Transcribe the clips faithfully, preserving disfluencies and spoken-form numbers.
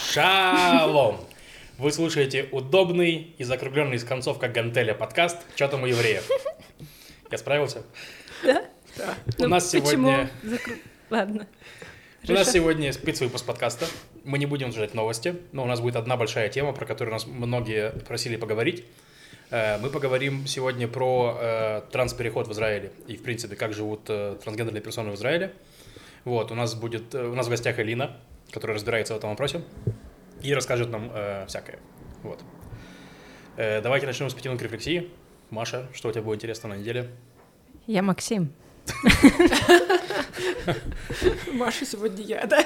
Шалом! Вы слушаете удобный и закругленный из концов, как гантеля, подкаст «Чё там у евреев?». Я справился? Да? Да. У ну, нас сегодня... Закру... Ладно. У Хорошо. нас сегодня спецвыпуск подкаста. Мы не будем ждать новости, но у нас будет одна большая тема, про которую нас многие просили поговорить. Мы поговорим сегодня про э, транспереход в Израиле и, в принципе, как живут э, трансгендерные персоны в Израиле. Вот, у нас будет, у нас в гостях Элина, которая разбирается в этом вопросе и расскажет нам э, всякое. Вот. Э, давайте начнем с пяти минут рефлексии. Маша, что у тебя было интересно на неделе? Я Максим. Маша сегодня я, да?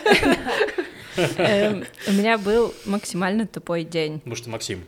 У меня был максимально тупой день. Потому что Максим.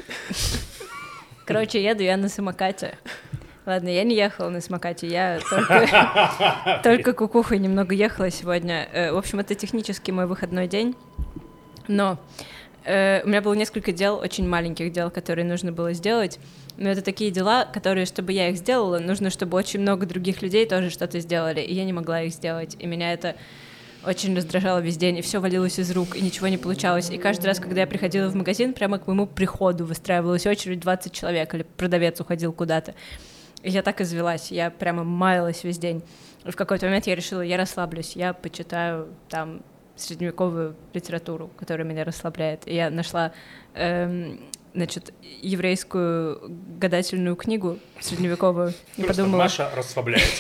Короче, еду я на самокате. Ладно, я не ехала на самокате, я только, только кукухой немного ехала сегодня. В общем, это технически мой выходной день, но э, у меня было несколько дел, очень маленьких дел, которые нужно было сделать, но это такие дела, которые, чтобы я их сделала, нужно, чтобы очень много других людей тоже что-то сделали, и я не могла их сделать, и меня это очень раздражало весь день, и все валилось из рук, и ничего не получалось. И каждый раз, когда я приходила в магазин, прямо к моему приходу выстраивалась очередь двадцать человек, или продавец уходил куда-то. И я так извелась, я прямо маялась весь день. И в какой-то момент я решила, я расслаблюсь, я почитаю там средневековую литературу, которая меня расслабляет. И я нашла, эм, значит, еврейскую гадательную книгу средневековую. И Просто подумала... Маша расслабляется.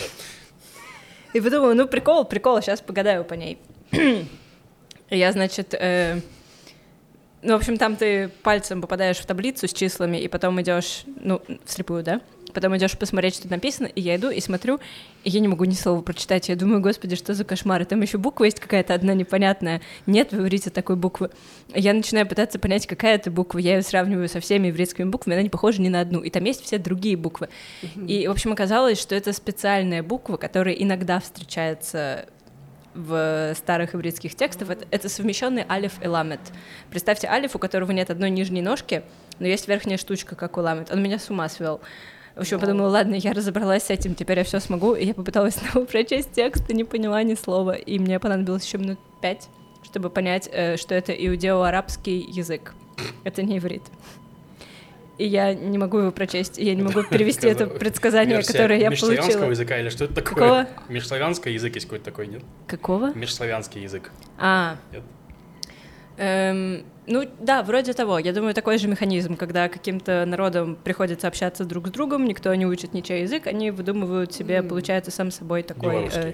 И подумала, ну прикол, прикол, сейчас погадаю по ней. И я, значит, э, ну, в общем, там ты пальцем попадаешь в таблицу с числами, и потом идешь, ну, вслепую, да? Потом идешь посмотреть, что написано, и я иду и смотрю, и я не могу ни слова прочитать. Я думаю, господи, что за кошмар? И там еще буква есть какая-то одна непонятная. Нет в иврите такой буквы. Я начинаю пытаться понять, какая это буква. Я ее сравниваю со всеми еврейскими буквами, она не похожа ни на одну. И там есть все другие буквы. Mm-hmm. И, в общем, оказалось, что это специальная буква, которая иногда встречается в старых ивритских текстах. Это, это совмещенный алиф и ламет. Представьте алиф, у которого нет одной нижней ножки, но есть верхняя штучка, как у ламет. Он меня с ума свел. В общем, подумала, ладно, я разобралась с этим, теперь я все смогу, и я попыталась снова прочесть текст, и не поняла ни слова, и мне понадобилось еще минут пять, чтобы понять, что это иудео-арабский язык, это не иврит. И я не могу его прочесть, и я не могу перевести это предсказание, которое я получила. Межславянского языка или что это такое? Какого? Межславянский язык есть какой-то такой, нет? Какого? Межславянский язык. А, эм, ну да, вроде того. Я думаю, такой же механизм, когда каким-то народам приходится общаться друг с другом, никто не учит ничей язык, они выдумывают себе, mm. получается, сам собой такой... Э...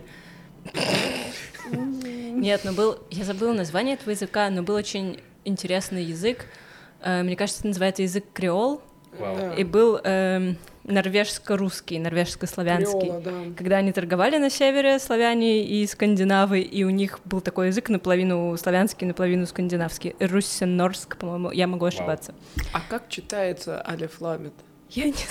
Нет, ну был... Я забыла название этого языка, но был очень интересный язык. Мне кажется, это называется язык креол. Wow. И был э, норвежско-русский, норвежско-славянский. Креола, да. Когда они торговали на севере, славяне и скандинавы, и у них был такой язык наполовину славянский, наполовину скандинавский. Руссен-норск, по-моему, я могу ошибаться. Wow. А как читается алиф ламет? Я не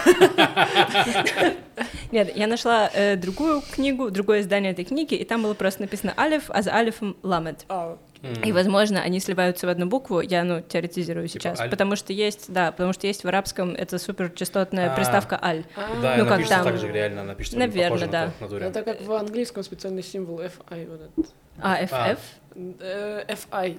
знаю. Нет, я нашла э, другую книгу, другое издание этой книги, и там было просто написано алиф, а за алифом ламет. А. И, возможно, они сливаются в одну букву, я, ну, теоретизирую типа сейчас, аль? потому что есть, да, потому что есть в арабском это суперчастотная А. приставка аль. Да, ну, она как пишется там? так же реально, она пишется Наверное, похоже да. на то, на дуре. Это как в английском специальный символ эф ай. Вот этот. А, эф эф? эф ай.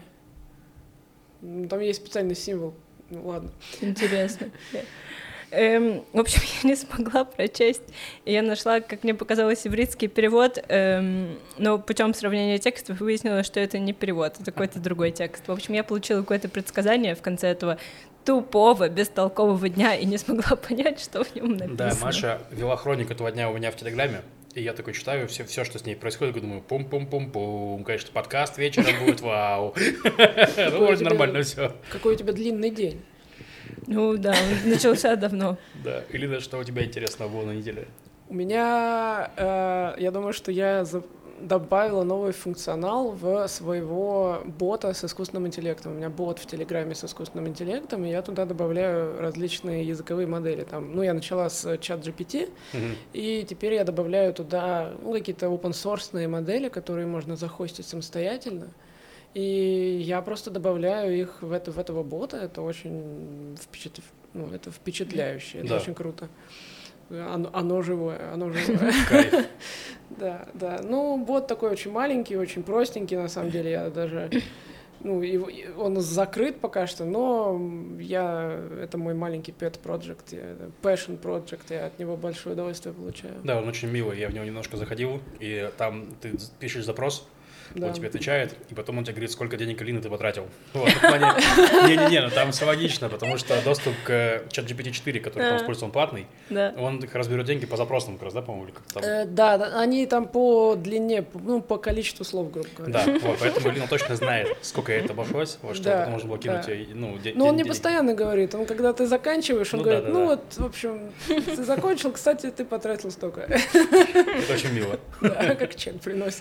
Там есть специальный символ. Ну, ладно. Интересно. Эм, в общем, я не смогла прочесть, и я нашла, как мне показалось, ивритский перевод, эм, но путем сравнения текстов выяснила, что это не перевод, это какой-то другой текст. В общем, я получила какое-то предсказание в конце этого тупого, бестолкового дня и не смогла понять, что в нем написано. Да, Маша вела хронику этого дня у меня в Телеграме, и я такой читаю все, все, что с ней происходит, и думаю, пум-пум-пум-пум, конечно, подкаст вечером будет, вау. Ну, вроде нормально все. Какой у тебя длинный день. Ну да, он начался давно. Да, Элина, что у тебя интересного было на неделе? У меня, э, я думаю, что я за... добавила новый функционал в своего бота с искусственным интеллектом. У меня бот в Телеграме с искусственным интеллектом, и я туда добавляю различные языковые модели. Там, ну, я начала с чат джи пи ти, mm-hmm. и теперь я добавляю туда ну, какие-то open-source модели, которые можно захостить самостоятельно. И я просто добавляю их в, это, в этого бота. Это очень впечат... ну, это впечатляюще, это да. очень круто. Оно, оно живое, оно живое. Кайф. Да, да. Ну, бот такой очень маленький, очень простенький, на самом деле. Я даже ну, его, он закрыт пока что, но я, это мой маленький pet project, я, passion project, я от него большое удовольствие получаю. Да, он очень милый, я в него немножко заходил, и там ты пишешь запрос, Да. он тебе отвечает, и потом он тебе говорит, сколько денег Алины ты потратил. Вот, в плане... Не-не-не, ну там все логично, потому что доступ к чат джи пи ти четыре, который там используется, он платный, Да. он как раз берет деньги по запросам, как раз, да, по-моему, или как там? Э, да, да, они там по длине, по- ну, по количеству слов, грубо говоря. Да, вот, поэтому Алина точно знает, сколько ей это обошлось, вот, что Да, потом можно было кинуть да. ей, ну, де- Но он не деньги. постоянно говорит, он когда ты заканчиваешь, он Ну говорит, да, да, ну да. вот, в общем, ты закончил, кстати, ты потратил столько. Это очень мило. Да, как чек приносит.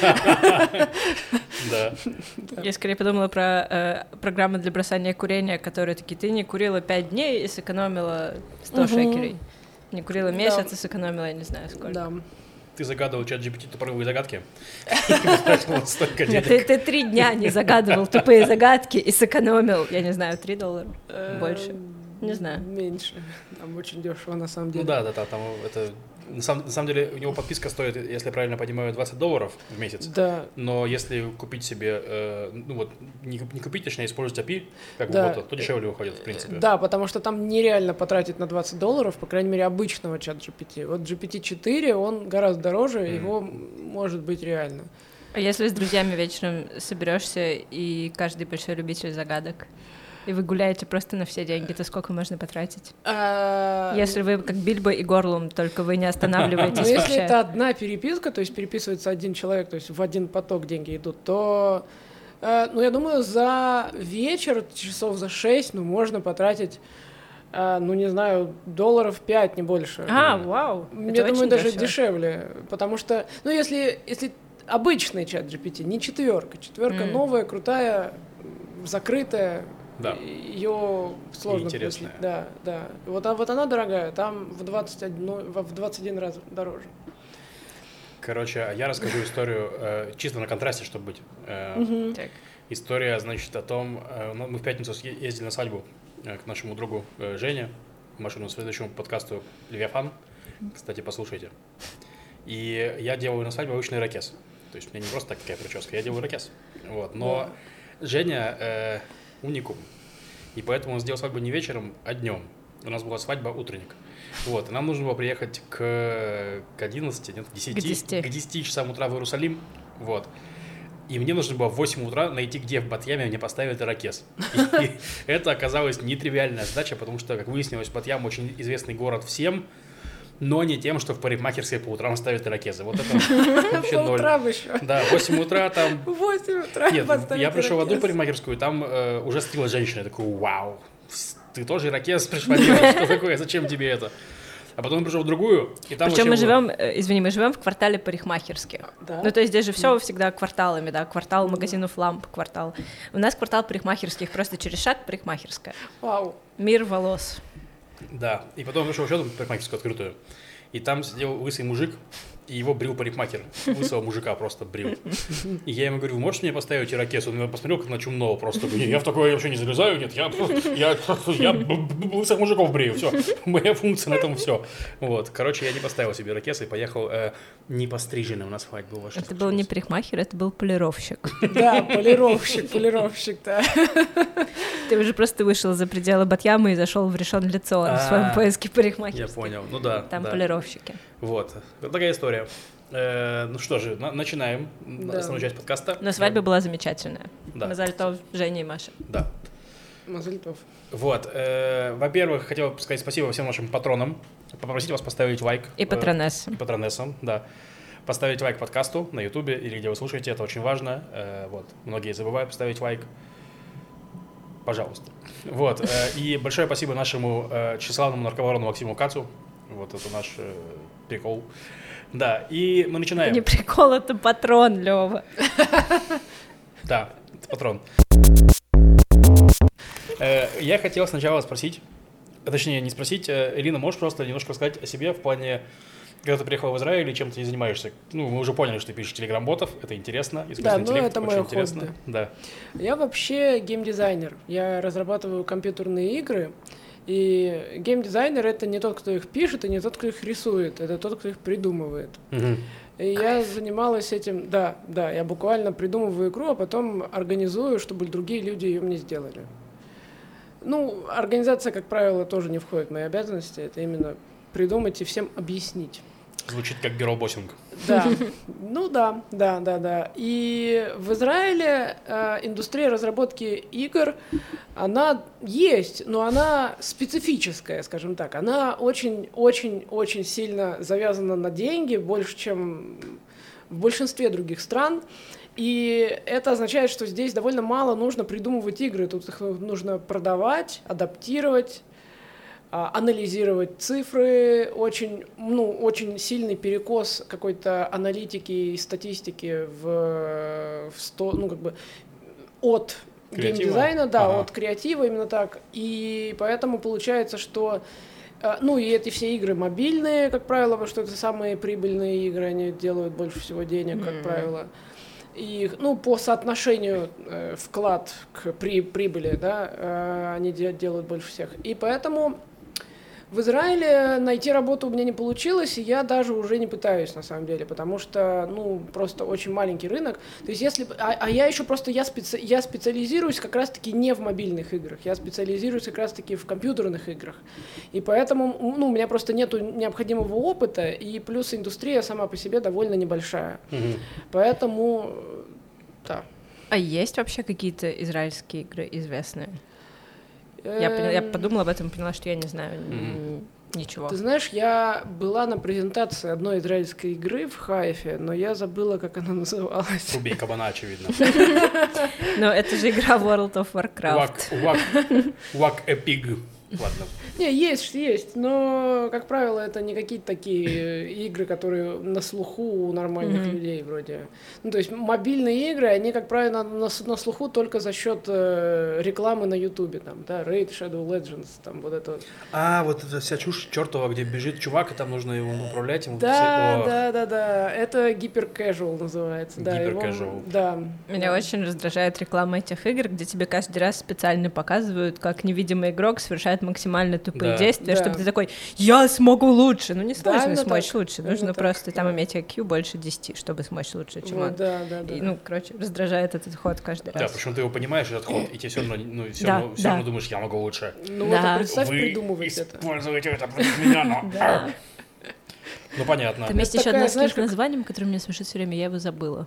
Да. Я скорее подумала про э, программы для бросания курения, которые такие, ты не курила пять дней и сэкономила сто Мгм. шекелей. Не курила месяц Да. и сэкономила, я не знаю сколько. Да. Ты загадывал чат джи пи ти тупорылые загадки, и потратил столько Нет, денег. ты, ты три дня не загадывал тупые загадки и сэкономил, я не знаю, три доллара. Больше. Эм, Не знаю. Меньше. Там очень дешево, на самом деле. Ну да, да, да, там это... На самом, на самом деле у него подписка стоит, если я правильно понимаю, двадцать долларов в месяц. Да. Но если купить себе, э, ну вот, не, куп- не купить, точнее, использовать эй пи ай, как Да. бы, бота, то дешевле выходит, в принципе. Да, потому что там нереально потратить на двадцать долларов, по крайней мере, обычного чат джи пи ти. Вот джи пи ти четыре, он гораздо дороже, Мгм. его может быть реально. А если с друзьями вечером соберешься и каждый большой любитель загадок, и вы гуляете просто на все деньги, то сколько можно потратить? А, Если вы как Бильбо и Горлум, только вы не Ну, останавливаетесь если вообще. это одна переписка, то есть переписывается один человек, то есть в один поток деньги идут, то, э, ну, я думаю, за вечер, часов за шесть, ну, можно потратить, э, ну, не знаю, долларов пять, не больше. А, вау. Я это думаю, очень даже дешево. дешевле, потому что, ну, если, если обычный чат джи пи ти, не четверка, четверка М. новая, крутая, м, закрытая, Да. ее сложно интересная. получить. Да, да. Вот, а вот она дорогая, там в двадцать один, ну, в в двадцать один раз дороже. Короче, я расскажу историю, э, чисто на контрасте, чтобы быть. Э, Так. История, значит, о том, э, ну, мы в пятницу съе- ездили на свадьбу э, к нашему другу э, Жене, нашему следующему подкасту «Левиафан». Кстати, послушайте. И я делаю на свадьбе обычный ирокез. То есть у меня не просто такая прическа, я делаю ирокез. Вот. Но Женя э, уникум. И поэтому он сделал свадьбу не вечером, а днем. У нас была свадьба утренник. Вот. И нам нужно было приехать к, к одиннадцати, нет, к десяти, К десяти. к десяти часам утра в Иерусалим. Вот. И мне нужно было в восемь утра найти, где в Батьяме мне поставят ирокез. И это оказалось нетривиальная задача, потому что, как выяснилось, Батьям очень известный город всем, но не тем, что в парикмахерской по утрам ставят ирокезы. Вот это вообще По ноль. утрам еще. Да, в восемь утра там... В восемь утра Нет, поставить я пришел в одну ирокез. парикмахерскую, там э, уже стрила женщина. Я такой, вау, ты тоже ирокез пришла делать? Что такое? Зачем тебе это? А потом я пришел в другую, и там Причем вообще мы было- живем, э, извини, мы живем в квартале парикмахерских. Да? Ну, то есть здесь же все всегда кварталами, да, квартал магазинов ламп, квартал. У нас квартал парикмахерских, просто через шаг парикмахерская. Вау. Мир волос. Да, и потом я пришел еще одну парикмахерскую открытую, и там сидел лысый мужик, и его брил парикмахер. Лысого мужика просто брил. И я ему говорю, можешь мне поставить ирокез? Он меня посмотрел как на чумного просто. «Не, я в такое вообще не залезаю, нет, я, я, я б- б- лысых мужиков брею, все. Моя функция на этом все. Вот, короче, я не поставил себе ирокез и поехал э, не постриженным на свадьбу. Вот что Это был не случилось. парикмахер, это был полировщик. Да, полировщик, полировщик, да. Ты уже просто вышел за пределы Батьяма и зашел в Решон Лицо в своем А, поиске Я парикмахерской. понял, ну да. Там да. полировщики. Вот, вот такая история. Э, ну что же, на- начинаем Да. основную часть подкаста. Но свадьба была замечательная. Да. Мы зальтов Женя и Маша. Да. Мазальтов. Вот, э, во-первых, хотел бы сказать спасибо всем нашим патронам, попросить вас поставить лайк. И э, патронесса. и патронессам, да. Поставить лайк подкасту на ютубе или где вы слушаете, это очень важно. Э, вот, многие забывают поставить лайк. Пожалуйста. Вот, э, и большое спасибо нашему э, тщеславному наркобарону Максиму Кацу. Вот, это наш э, прикол. Да, и мы начинаем. Это не прикол, это патрон, Лёва. Да, это патрон. Э, Я хотел сначала спросить, а точнее не спросить, э, Элина, можешь просто немножко рассказать о себе в плане, когда ты приехала в Израиль и чем ты занимаешься? Ну, мы уже поняли, что ты пишешь телеграм-ботов, это интересно, искусственный Да, ну, интеллект, это очень моё интересно. хобби. Да. Я вообще геймдизайнер. Я разрабатываю компьютерные игры. И геймдизайнер — это не тот, кто их пишет, и не тот, кто их рисует. Это тот, кто их придумывает. Мгм. И я занималась этим, да, да, я буквально придумываю игру, а потом организую, чтобы другие люди ее мне сделали. Ну, организация, как правило, тоже не входит в мои обязанности, это именно придумать и всем объяснить. Звучит как гиробоссинг. Да, ну да, да, да, да. И в Израиле э, индустрия разработки игр, она есть, но она специфическая, скажем так. Она очень-очень-очень сильно завязана на деньги, больше, чем в большинстве других стран. И это означает, что здесь довольно мало нужно придумывать игры. Тут их нужно продавать, адаптировать, анализировать цифры, очень, ну, очень сильный перекос какой-то аналитики и статистики в, в сто, ну, как бы от геймдизайна, да, ага. от креатива именно так. И поэтому получается, что ну и эти все игры мобильные, как правило, потому что это самые прибыльные игры, они делают больше всего денег, как mm-hmm. правило. И, ну, по соотношению э, вклад к при, прибыли, да, э, они де- делают больше всех. И поэтому в Израиле найти работу у меня не получилось, и я даже уже не пытаюсь, на самом деле, потому что, ну, просто очень маленький рынок. То есть если... А, а я еще просто, я, специ, я специализируюсь как раз-таки не в мобильных играх, я специализируюсь как раз-таки в компьютерных играх. И поэтому, ну, у меня просто нету необходимого опыта, и плюс индустрия сама по себе довольно небольшая. Mm-hmm. Поэтому, да. А есть вообще какие-то израильские игры известные? Я, поняла, я подумала об этом и поняла, что я не знаю mm-hmm. ничего. Ты знаешь, я была на презентации одной израильской игры в Хайфе, но я забыла, как она называлась. Убей кабана, очевидно. Но это же игра World of Warcraft. Whack a pig. Ладно. Не, есть, есть, но, как правило, это не какие-то такие игры, которые на слуху у нормальных mm-hmm. людей вроде. Ну, то есть мобильные игры, они, как правило, на, на, на слуху только за счет э, рекламы на Ютубе, там, да, Raid Shadow Legends, там, вот это вот. А, вот эта вся чушь чертова, где бежит чувак, и там нужно его управлять. Ему да, все... да, да, да, это гипер-кэжуал называется. Гипер-кэжуал. Да. Меня да. очень раздражает реклама этих игр, где тебе каждый раз специально показывают, как невидимый игрок совершает максимально тупые да. действия, да. чтобы ты такой, я смогу лучше. Ну не сложно да, смочь так. лучше, нужно именно просто так, там да. иметь ай кью больше десяти, чтобы смочь лучше, чем вот, он. Да, да, да. И, ну, короче, раздражает этот ход каждый да, раз. Да, почему ты его понимаешь, этот ход, и тебе все равно, ну, все да, равно, все да. равно думаешь, я могу лучше. Ну да. вот, а представь, Вы придумывать это. Используйте это против меня, но... Да. Ну, понятно. Там есть еще одно с названием, которое меня смешит все время, я его забыла.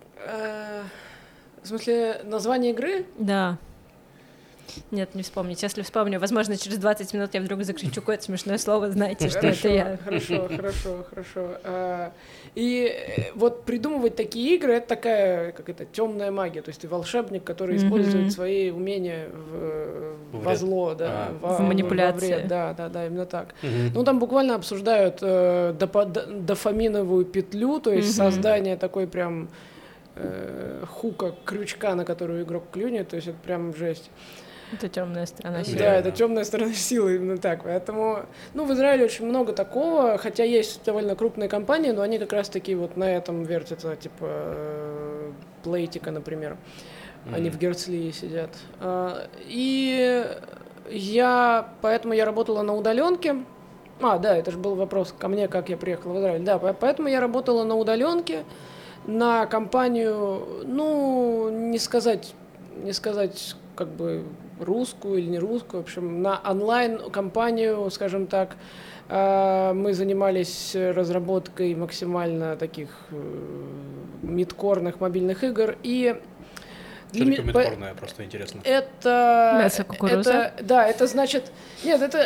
В смысле, название игры? Да. Нет, не вспомнить. Если вспомню, возможно, через двадцать минут я вдруг закричу какое-то смешное слово, знаете, что хорошо, это я. Хорошо, хорошо, хорошо. И вот придумывать такие игры — это такая, как это, темная магия. То есть ты волшебник, который mm-hmm. использует свои умения в, во зло, да, а. во, в манипуляции. Во вред. Да, да, да, именно так. Mm-hmm. Ну, там буквально обсуждают э, допо- дофаминовую петлю, то есть mm-hmm. создание такой прям э, хука, крючка, на которую игрок клюнет, то есть это прям жесть. Это темная сторона силы. Да, это темная сторона силы, именно так. Поэтому, ну, в Израиле очень много такого, хотя есть довольно крупные компании, но они как раз-таки вот на этом вертятся, типа Playtika, например. Mm-hmm. Они в Герцлии сидят. И я, поэтому я работала на удаленке. А, да, это же был вопрос ко мне, как я приехала в Израиль. Да, поэтому я работала на удаленке на компанию, ну, не сказать, не сказать, как бы русскую или не русскую, в общем, на онлайн-компанию, скажем так. Мы занимались разработкой максимально таких мидкорных мобильных игр. И что такое мидкорное, просто интересно? Это... Мясо кукурузы? Это, да, это значит... Нет, это...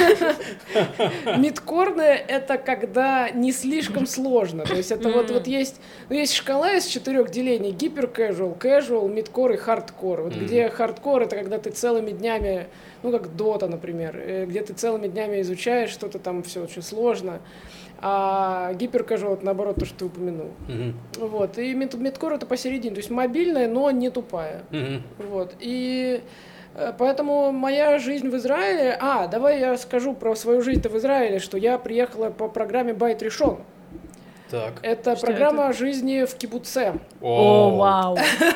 Мидкорное — это когда не слишком сложно. То есть это вот, вот есть... Ну, есть шкала из четырех делений. Гипер-кэжуал, кэжуал, мидкор и хардкор. Вот где хардкор — это когда ты целыми днями... Ну, как Dota, например. Где ты целыми днями изучаешь что-то там, все очень сложно. А гиперкэжуал, наоборот, то, что ты упомянул. Uh-huh. Вот. И мидкор — это посередине, то есть мобильная, но не тупая. Uh-huh. Вот. И поэтому моя жизнь в Израиле... А, давай я скажу про свою жизнь-то в Израиле, что я приехала по программе Байт Ришон. Так. Это Что программа это? жизни в кибуце. О, вау.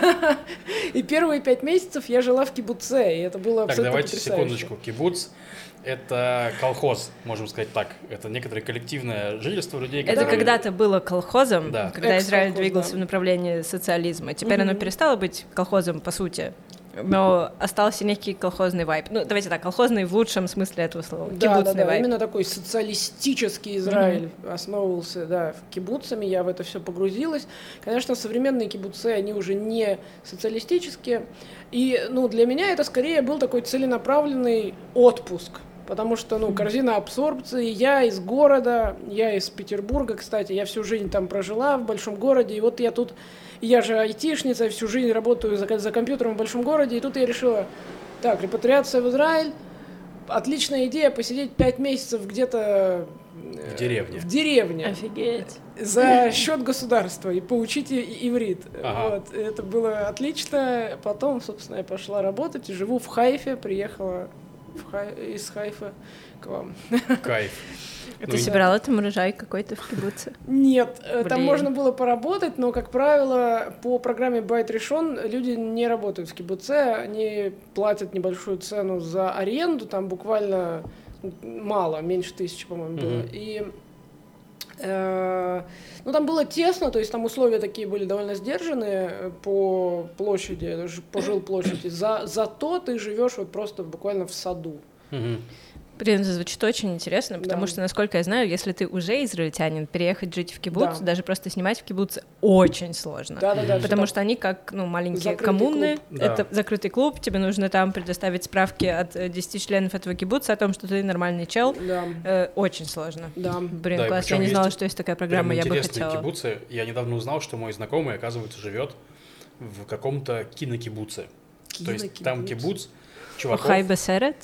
И первые пять месяцев я жила в кибуце, и это было абсолютно Так, давайте потрясающе. секундочку. Кибуц — это колхоз, можем сказать так. Это некоторое коллективное жительство людей, Это которые... когда-то было колхозом, Да. когда Израиль Экс-колхоз, двигался да. в направлении социализма. Теперь Мгм. оно перестало быть колхозом, по сути. Но остался некий колхозный вайб. Ну, давайте так, колхозный в лучшем смысле этого слова. Да, да, Кибуцный да, вайб. именно такой социалистический Израиль основывался, да, в кибуцами, я в это все погрузилась. Конечно, современные кибуцы, они уже не социалистические, и, ну, для меня это скорее был такой целенаправленный отпуск, потому что, ну, корзина абсорбции, я из города, я из Петербурга, кстати, я всю жизнь там прожила в большом городе, и вот я тут, я же айтишница, всю жизнь работаю за, за компьютером в большом городе, и тут я решила, так, репатриация в Израиль, отличная идея посидеть пять месяцев где-то э, В деревне. в деревне Офигеть. за счет государства и поучить и- иврит. Ага. Вот, это было отлично. Потом, собственно, я пошла работать и живу в Хайфе, приехала в Хай- из Хайфа к вам. Кайф. Ты Ну, и- собирала там урожай какой-то в кибуце? Нет, э, там Блин. можно было поработать, но, как правило, по программе Байт Решен люди не работают в кибуце, они платят небольшую цену за аренду, там буквально мало, меньше тысячи, по-моему, было. Мгм. И э, ну, там было тесно, то есть там условия такие были довольно сдержанные по площади, даже по жилплощади. За, зато ты живешь вот просто буквально в саду. Мгм. Блин, это звучит очень интересно, потому Да. что, насколько я знаю, если ты уже израильтянин, переехать жить в кибуц, Да. даже просто снимать в кибуце очень сложно. Да-да-да. Потому всё что они как, ну, маленькие Закрытый коммуны, клуб. Да. это закрытый клуб, тебе нужно там предоставить справки от э, десяти членов этого кибуца о том, что ты нормальный чел. так. Да, Э, очень сложно. да. Блин, Да, и класс, я причём не знала, есть что есть такая Прям программа, я бы интересные хотела. кибуцы. Я недавно узнал, что мой знакомый, оказывается, живет в каком-то кинокибуце. То есть там кибуц, чуваков. Охай бесерет?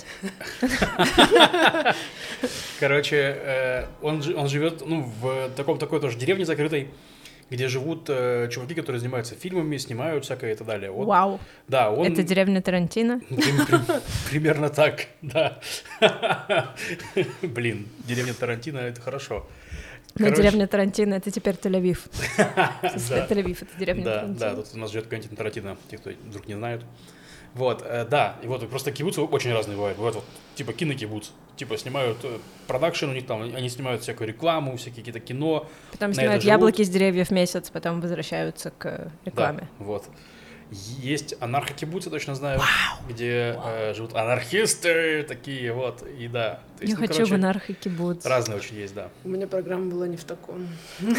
Короче, э, он, жи- он живет ну, в таком, такой тоже деревне закрытой, где живут э, чуваки, которые занимаются фильмами, снимают всякое и так далее. Вот. Вау. Да, он... Это деревня Тарантино? Прим- прим- Примерно так, да. Блин, деревня Тарантино — это хорошо. Но Короче, деревня Тарантино — это теперь Тель-Авив. да. Тель-Авив — это деревня Да, Тарантино. да, тут у нас живет Квентин Тарантино, те, кто вдруг не знают. Вот, э, да, и вот просто кибуцы очень разные бывают. Бывают вот, типа кинокибуц, типа снимают э, продакшн, у них там, они снимают всякую рекламу, всякие какие-то кино. Потом на снимают это живут. яблоки с деревьев месяц, потом возвращаются к рекламе. Да, вот. Есть анархокибуцы, точно знаю, где э, живут анархисты такие, вот, и да. То есть, Я ну, хочу короче, в анархокибуц. разные очень есть, да. У меня программа была не в таком. Ну,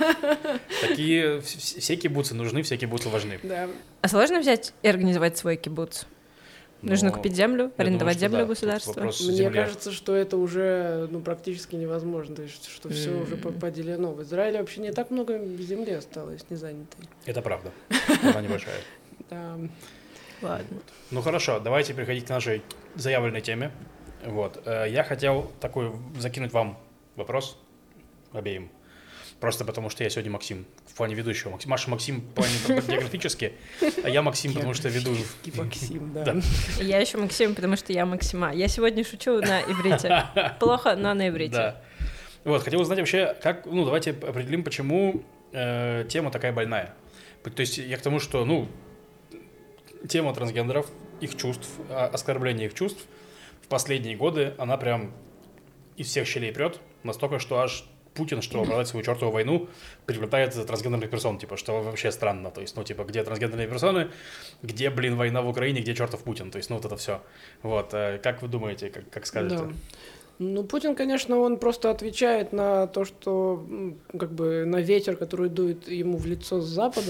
такие, вс- вс- все кибуцы нужны, все кибуцы важны. Да. А сложно взять и организовать свой кибуц? Нужно Но купить землю, я арендовать думаю, что землю да, тут государству? вопрос Мне земли. кажется, что это уже ну, практически невозможно, то есть, что все М. уже по- поделено. В Израиле вообще не так много земли осталось не занятой. Это правда, она небольшая. Да. Ладно. Ну хорошо, давайте переходить к нашей заявленной теме. Вот, э, я хотел такой закинуть вам вопрос обеим. Просто потому, что я сегодня Максим в плане ведущего. Максим- Маша Максим в плане географически, а я Максим, потому что веду. И Максим, да. Да. И я еще Максим, потому что я Максима. Я сегодня шучу на иврите. Плохо, но на иврите. Да. Вот, хотел узнать вообще, как, ну, давайте определим, почему э, тема такая больная. То есть я к тому, что, ну, тема трансгендеров, их чувств, а, оскорбления их чувств в последние годы, она прям из всех щелей прет, настолько, что аж Путин, чтобы оправдать свою чертову войну, привлекает трансгендерных персон, типа, что вообще странно. То есть, ну, типа, где трансгендерные персоны, где, блин, война в Украине, где чертов Путин. То есть, ну, вот это все. Вот, э, как вы думаете, как, как скажете? Да. Ну, Путин, конечно, он просто отвечает на то, что, м, как бы, на ветер, который дует ему в лицо с запада.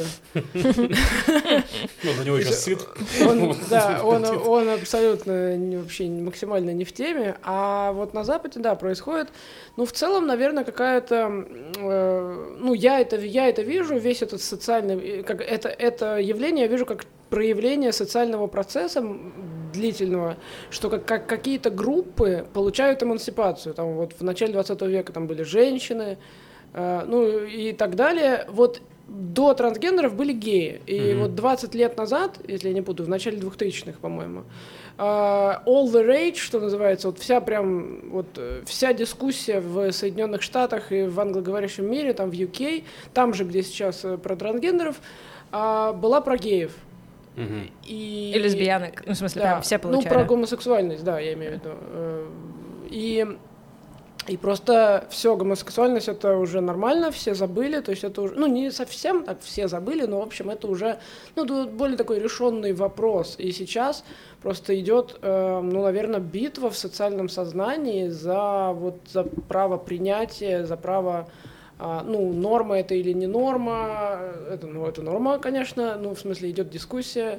Ну, на него еще сыт. Он, да, он, он абсолютно не- вообще максимально не в теме. А вот на Западе, да, происходит, ну, в целом, наверное, какая-то, э, ну, я это, я это вижу, весь этот социальный, как это, это явление я вижу как проявление социального процесса м, длительного, что как, как какие-то группы получают эмансипацию. Там вот в начале двадцатого века там были женщины, э, ну и так далее. Вот до трансгендеров были геи. И Mm-hmm. вот двадцать лет назад, если я не путаю, в начале двухтысячных, по-моему, uh, all the rage, что называется, вот вся прям, вот вся дискуссия в Соединенных Штатах и в англоговорящем мире, там в ю кей, там же, где сейчас про трансгендеров, uh, была про геев. Mm-hmm. И... И лесбиянок, ну, в смысле, да. прям все получали. Ну, про гомосексуальность, да, я имею в виду. И... И просто все, гомосексуальность это уже нормально, все забыли, то есть это уже, ну не совсем так все забыли, но в общем это уже, ну более такой решенный вопрос. И сейчас просто идет, э, ну наверное, битва в социальном сознании за вот за право принятия, за право, э, ну норма это или не норма, это ну это норма, конечно, ну в смысле идет дискуссия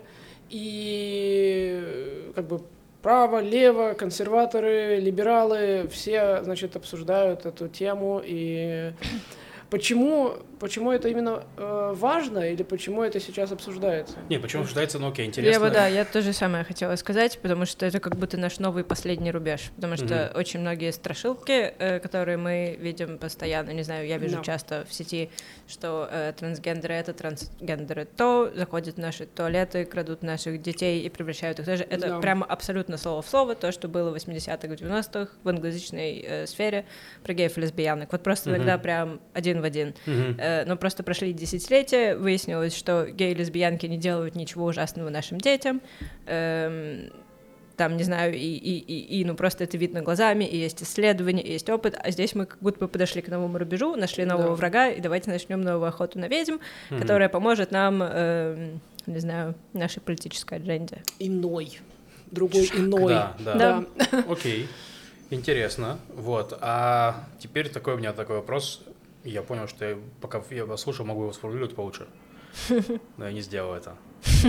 и как бы право, лево, консерваторы, либералы, все, значит, обсуждают эту тему. И почему, почему это именно э, важно или почему это сейчас обсуждается? Нет, почему обсуждается, ну окей, интересно. Я бы, да, я то же самое хотела сказать, потому что это как будто наш новый последний рубеж, потому что mm-hmm. очень многие страшилки, э, которые мы видим постоянно, не знаю, я вижу no. часто в сети, что э, трансгендеры это, трансгендеры то, заходят в наши туалеты, крадут наших детей и превращают их тоже. Это no. прямо абсолютно слово в слово то, что было в восьмидесятых, девяностых в англоязычной э, сфере про геев и лесбиянок. Вот просто mm-hmm. иногда прям один в один. Mm-hmm. Э, но просто прошли десятилетия, выяснилось, что геи и лесбиянки не делают ничего ужасного нашим детям. Эм, там, не знаю, и, и, и, и, ну, просто это видно глазами, и есть исследования, и есть опыт, а здесь мы как будто бы подошли к новому рубежу, нашли нового да. врага, и давайте начнем новую охоту на ведьм, mm-hmm. которая поможет нам, э, не знаю, нашей политической адженде. Иной. Другой иной. Да, да. да. Окей. Интересно. Вот. А теперь такой у меня такой вопрос. Я понял, что я, пока я вас слушал, могу его сформулировать получше. Но я не сделал это.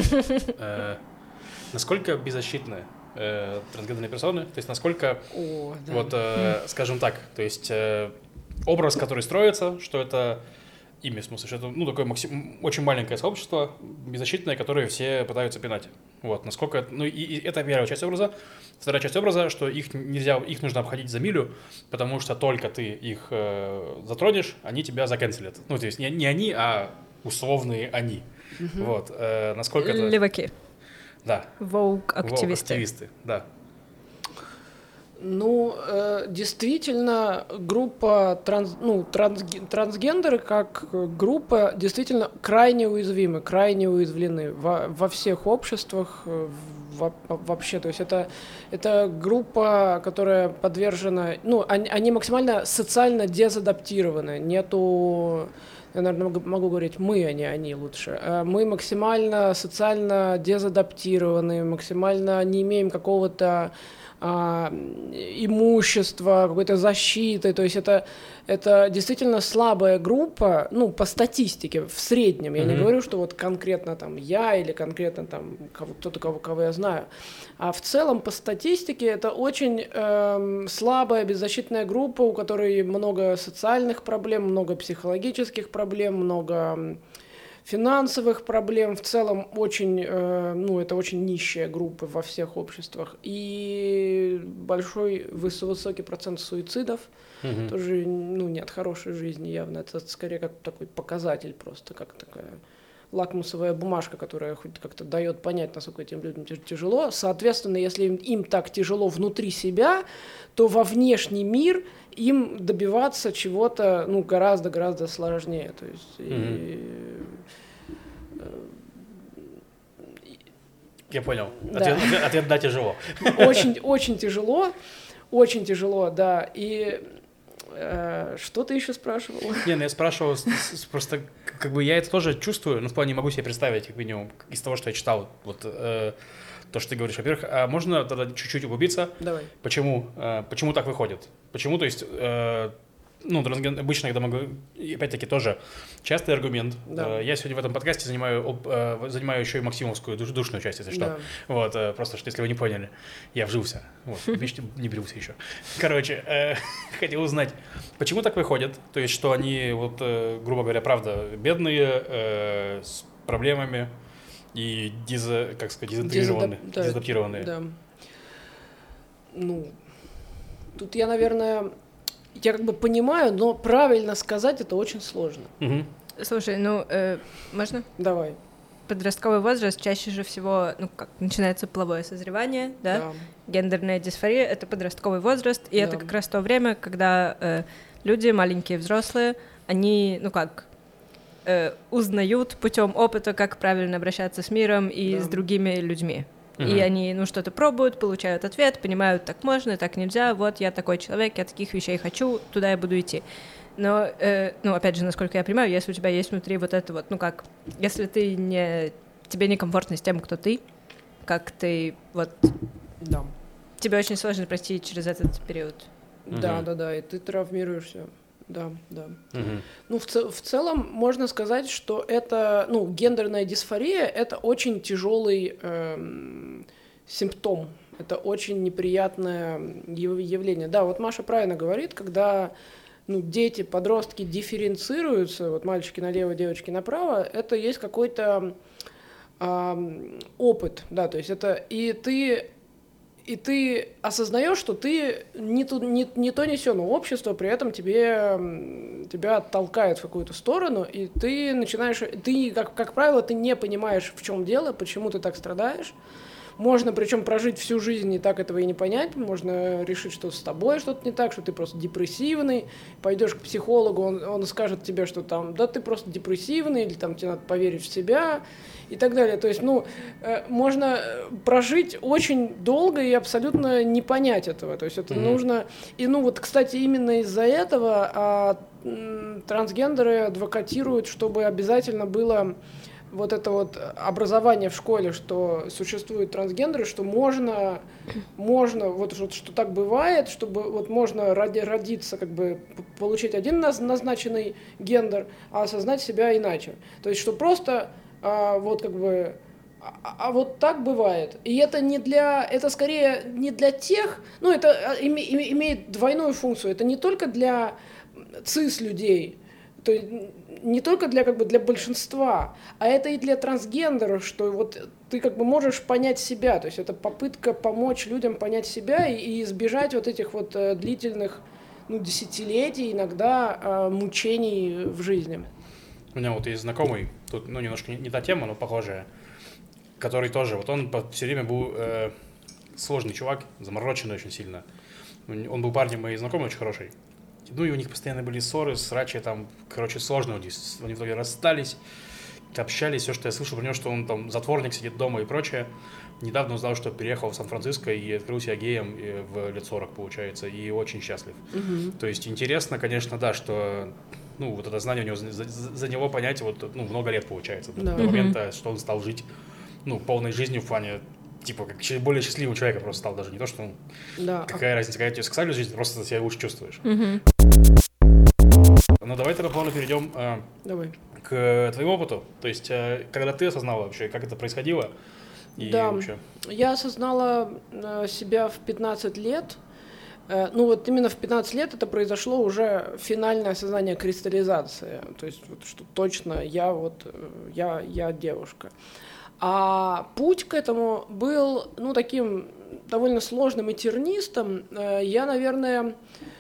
Насколько беззащитны трансгендерные персоны? То есть насколько, вот, скажем так, то есть образ, который строится, что это ими, в смысле, что это, ну, такое максим... очень маленькое сообщество, беззащитное, которое все пытаются пинать. Вот, насколько... Ну, и, и это первая часть образа. Вторая часть образа, что их нельзя, их нужно обходить за милю, потому что только ты их э, затронешь, они тебя заканцелят. Ну, то есть не, не они, а условные они. Mm-hmm. Вот, э, насколько это... Леваки. Да. Воук-активисты. Воук-активисты, да. Ну, э, действительно, группа транс, ну, транс, трансгендеры как группа действительно крайне уязвимы, крайне уязвлены во, во всех обществах во, вообще. То есть это, это группа, которая подвержена, ну, они, они максимально социально дезадаптированы. Нету, я, наверное, могу, могу говорить мы, а не они лучше. Мы максимально социально дезадаптированы, максимально не имеем какого-то А, имущества, какой-то защиты, то есть это, это действительно слабая группа, ну, по статистике, в среднем, я mm-hmm. не говорю, что вот конкретно там я или конкретно там кто-то, кого, кого я знаю, а в целом по статистике это очень э, слабая, беззащитная группа, у которой много социальных проблем, много психологических проблем, много финансовых проблем, в целом очень, э, ну, это очень нищая группа во всех обществах. И большой, высокий процент суицидов, mm-hmm. тоже, ну, не от хорошей жизни явно, это скорее как такой показатель просто, как такая лакмусовая бумажка, которая хоть как-то дает понять, насколько этим людям тяжело. Соответственно, если им, им так тяжело внутри себя, то во внешний мир им добиваться чего-то, ну, гораздо-гораздо сложнее. То есть, mm-hmm. и, Я понял. Да. Ответ, ответ, ответ да, тяжело. Очень, очень тяжело, очень тяжело, да. И э, что ты еще спрашивал? Не, ну я спрашивал, просто как бы я это тоже чувствую, ну, в плане могу себе представить, как минимум, из того, что я читал, вот э, то, что ты говоришь. Во-первых, а можно тогда чуть-чуть углубиться? Давай. Почему, э, почему так выходит? Почему, то есть, э, ну, обычно, когда могу, опять-таки, тоже частый аргумент. Да. Э, я сегодня в этом подкасте занимаю, э, занимаю еще и максимовскую душ, душную часть, если что. Да. Вот, э, просто, что, если вы не поняли, я вжился. Вот, видите, не брился еще. Короче, э, хотел узнать, почему так выходит? То есть, что они, вот, э, грубо говоря, правда, бедные, э, с проблемами, и деза, как сказать, дезинтегрированные, Дезадап... дезадаптированные. Да. Ну, тут я, наверное, я как бы понимаю, но правильно сказать это очень сложно. Угу. Слушай, ну, э, можно? Давай. Подростковый возраст чаще же всего, ну, как, начинается половое созревание, да? Да. Гендерная дисфория — это подростковый возраст, и Да. это как раз то время, когда э, люди, маленькие взрослые, они, ну как, э, узнают путем опыта, как правильно обращаться с миром и Да. с другими людьми. Мгм. И они, ну, что-то пробуют, получают ответ, понимают, так можно, так нельзя, вот я такой человек, я таких вещей хочу, туда я буду идти. Но, э, ну, опять же, насколько я понимаю, если у тебя есть внутри вот это вот, ну как, если ты не, тебе некомфортно с тем, кто ты, как ты, вот, Да. тебе очень сложно пройти через этот период. Да, Мгм. да, да, и ты травмируешься. Да, да. Мгм. Ну, в, ц- в целом можно сказать, что это, ну, гендерная дисфория — это очень тяжелый эм, симптом, это очень неприятное яв- явление. Да, вот Маша правильно говорит, когда, ну, дети, подростки дифференцируются, вот мальчики налево, девочки направо, это есть какой-то ам, опыт, да, то есть это и ты и ты осознаешь, что ты не то, не, не то, не сё, но общество при этом тебе, м, тебя толкает в какую-то сторону, и ты начинаешь, ты, как, как правило, ты не понимаешь, в чем дело, почему ты так страдаешь. Можно, причем, прожить всю жизнь и так этого и не понять. Можно решить, что с тобой что-то не так, что ты просто депрессивный. Пойдешь к психологу, он, он скажет тебе, что там, да ты просто депрессивный, или там тебе надо поверить в себя и так далее. То есть, ну, э, можно прожить очень долго и абсолютно не понять этого. То есть это Мгм. нужно... И, ну, вот, кстати, именно из-за этого а, м, трансгендеры адвокатируют, чтобы обязательно было вот это вот образование в школе, что существуют трансгендеры, что можно, можно вот что, что так бывает, чтобы вот можно ради, родиться, как бы п- получить один наз- назначенный гендер, а осознать себя иначе. То есть что просто а, вот как бы а, а вот так бывает. И это не для, это скорее не для тех, ну это а, име- име- имеет двойную функцию. Это не только для цис людей, то есть не только для как бы для большинства, а это и для трансгендеров, что вот ты как бы можешь понять себя, то есть это попытка помочь людям понять себя и, и избежать вот этих вот э, длительных, ну, десятилетий иногда э, мучений в жизни. У меня вот есть знакомый, тут, ну, немножко не, не та тема, но похожая, который тоже, вот он все время был э, сложный чувак, замороченный очень сильно. Он он был парнем моей знакомой, очень хороший. Ну, и у них постоянно были ссоры, срачи там, короче, сложно у них. Они в итоге расстались, общались, все, что я слышал про него, что он там затворник, сидит дома и прочее. Недавно узнал, что переехал в Сан-Франциско и открыл себя геем и в лет сорок, получается, и очень счастлив. Угу. То есть интересно, конечно, да, что, ну, вот это знание у него, за, за- за него понять, вот, ну, много лет получается, до, Да. до момента, что он стал жить, ну, полной жизнью в плане, типа, как щ- более счастливым человеком просто стал, даже не то, что, ну, Да. какая разница, какая у тебя сексуальная жизнь, ты просто себя лучше чувствуешь. Мгм. Ну, давай тогда плавно перейдем э, Давай. к твоему опыту, то есть, э, когда ты осознала вообще, как это происходило, и Да. вообще... Я осознала э, себя в пятнадцать лет. Э, ну вот именно в пятнадцать лет это произошло уже финальное осознание кристаллизации. То есть вот, что точно я вот э, я я девушка. А путь к этому был, ну, таким довольно сложным и тернистым. Э, Я, наверное,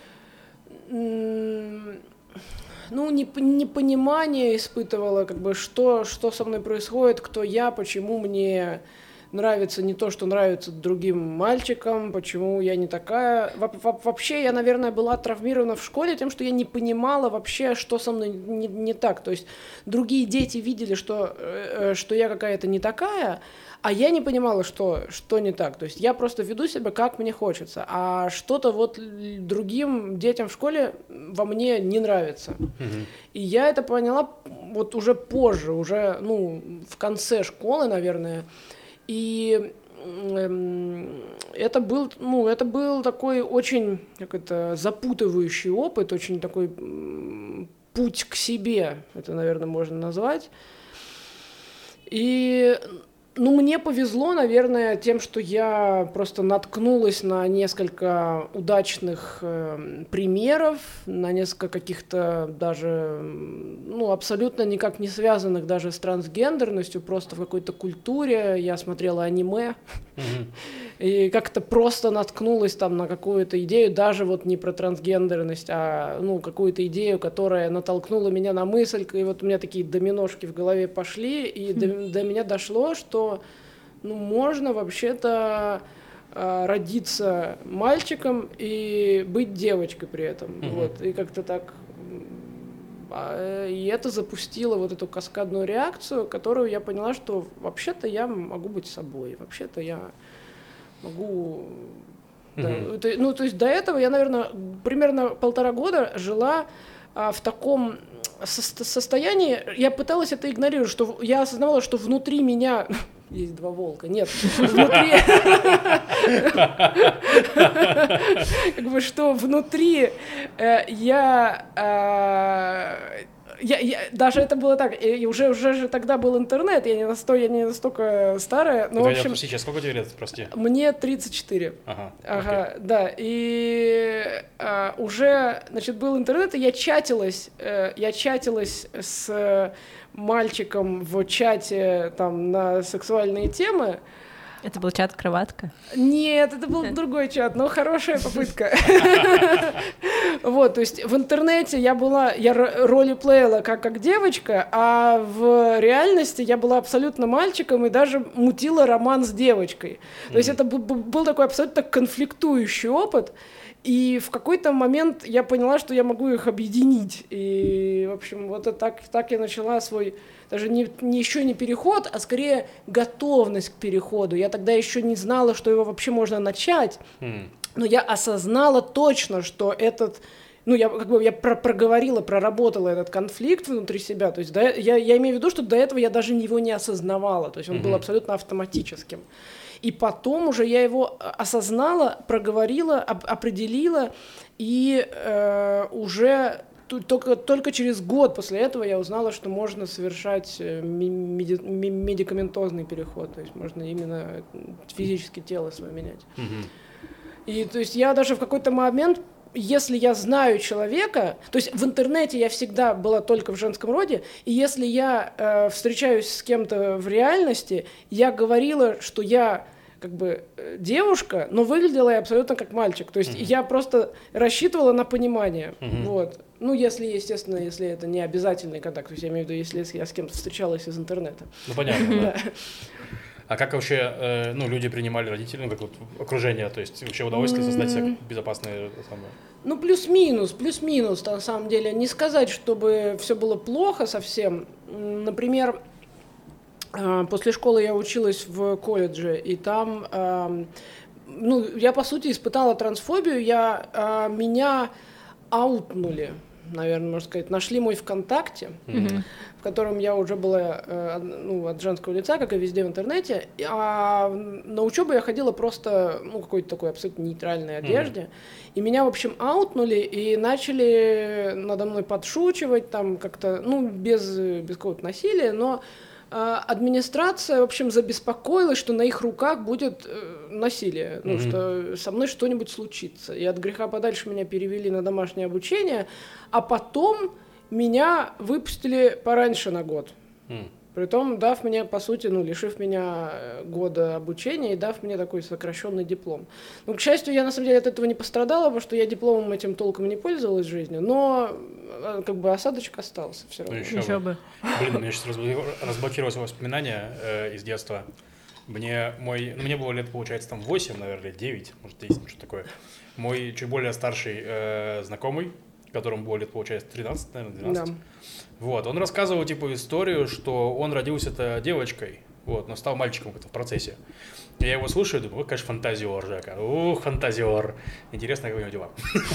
м, ну, неп- непонимание испытывала, как бы, что, что со мной происходит, кто я, почему мне нравится не то, что нравится другим мальчикам, почему я не такая. Во- во- Вообще, я, наверное, была травмирована в школе тем, что я не понимала вообще, что со мной не, не так. То есть другие дети видели, что, э, э, что я какая-то не такая, а я не понимала, что, что не так. То есть я просто веду себя, как мне хочется. А что-то вот л- другим детям в школе во мне не нравится. Мгм. И я это поняла вот уже позже, уже, ну, в конце школы, наверное. И эм, это был, ну, это был такой очень, как это, запутывающий опыт, очень такой м, путь к себе, это, наверное, можно назвать. И Ну, мне повезло, наверное, тем, что я просто наткнулась на несколько удачных э, примеров, на несколько каких-то даже, ну, абсолютно никак не связанных даже с трансгендерностью, просто в какой-то культуре. Я смотрела аниме, и как-то просто наткнулась там на какую-то идею, даже вот не про трансгендерность, а, ну, какую-то идею, которая натолкнула меня на мысль, и вот у меня такие доминошки в голове пошли, и до, до меня дошло, что ну, можно вообще-то э, родиться мальчиком и быть девочкой при этом. Mm-hmm. Вот, и как-то так... И это запустило вот эту каскадную реакцию, которую я поняла, что вообще-то я могу быть собой, вообще-то я могу... Mm-hmm. Да, это, ну, то есть до этого я, наверное, примерно полтора года жила а, в таком со- состоянии, я пыталась это игнорировать, что я осознавала, что внутри меня... Есть два волка. Нет, внутри... Как бы что внутри я... Я, я, даже это было так, и уже, уже же тогда был интернет, я не настолько, я не настолько старая, но, в общем... Сейчас сколько тебе лет, прости? Мне тридцать четыре. Ага, ага да, и а, уже, значит, был интернет, и я чатилась, э, я чатилась с мальчиком в чате, там, на сексуальные темы. Это был чат-кроватка? Нет, это был другой чат, но хорошая попытка. Вот, то есть в интернете я была, я ролеплеила как, как девочка, а в реальности я была абсолютно мальчиком и даже мутила роман с девочкой. То есть это был такой абсолютно конфликтующий опыт. И в какой-то момент я поняла, что я могу их объединить. И, в общем, вот это так, так я начала свой, даже не, не еще не переход, а скорее готовность к переходу. Я тогда еще не знала, что его вообще можно начать, mm. но я осознала точно, что этот... Ну, я как бы я про- проговорила, проработала этот конфликт внутри себя. То есть до, я, я имею в виду, что до этого я даже его не осознавала. То есть он mm-hmm. был абсолютно автоматическим. И потом уже я его осознала, проговорила, об, определила, и э, уже т- только, только через год после этого я узнала, что можно совершать меди- медикаментозный переход, то есть можно именно физически тело свое менять. Mm-hmm. И то есть я даже в какой-то момент, если я знаю человека, то есть в интернете я всегда была только в женском роде, и если я э, встречаюсь с кем-то в реальности, я говорила, что я как бы девушка, но выглядела я абсолютно как мальчик. То есть mm-hmm. я просто рассчитывала на понимание. Mm-hmm. Вот. Ну, если, естественно, если это не обязательный контакт, то есть я имею в виду, если я с кем-то встречалась из интернета. Ну, понятно, да. А как вообще, э, ну, люди принимали родителей, ну, как вот окружение, то есть вообще удалось ли создать себе безопасное самое? Ну, плюс-минус, плюс-минус, на самом деле. Не сказать, чтобы все было плохо совсем. Например, э, после школы я училась в колледже, и там, э, ну, я, по сути, испытала трансфобию, я, э, меня аутнули. Наверное, можно сказать, нашли мой ВКонтакте, mm-hmm. в котором я уже была э, ну, от женского лица, как и везде в интернете. А на учебу я ходила просто ну, какой-то такой абсолютно нейтральной одежде. Mm-hmm. И меня, в общем, аутнули и начали надо мной подшучивать, там как-то, ну, без, без какого-то насилия, но администрация, в общем, забеспокоилась, что на их руках будет э, насилие, ну, mm-hmm. что со мной что-нибудь случится. И от греха подальше меня перевели на домашнее обучение, а потом меня выпустили пораньше на год. Mm. Притом дав мне, по сути, ну, лишив меня года обучения и дав мне такой сокращенный диплом. Ну, к счастью, я, на самом деле, от этого не пострадала, потому что я дипломом этим толком не пользовалась в жизни, но как бы осадочек остался все равно. Ну, еще, еще бы. бы. Блин, у меня сейчас разблокировалось воспоминание э, из детства. Мне, мой, ну, мне было лет, получается, там восемь, наверное, девять, может, десять, что такое. Мой чуть более старший э, знакомый, которому было лет, получается, тринадцать, наверное, двенадцать. Да. Вот, он рассказывал, типа, историю, что он родился-то девочкой, вот, но стал мальчиком в процессе. Я его слушаю, думаю, ой, конечно, фантазиор, Жека, ух, фантазиор. Интересно, как у него дела.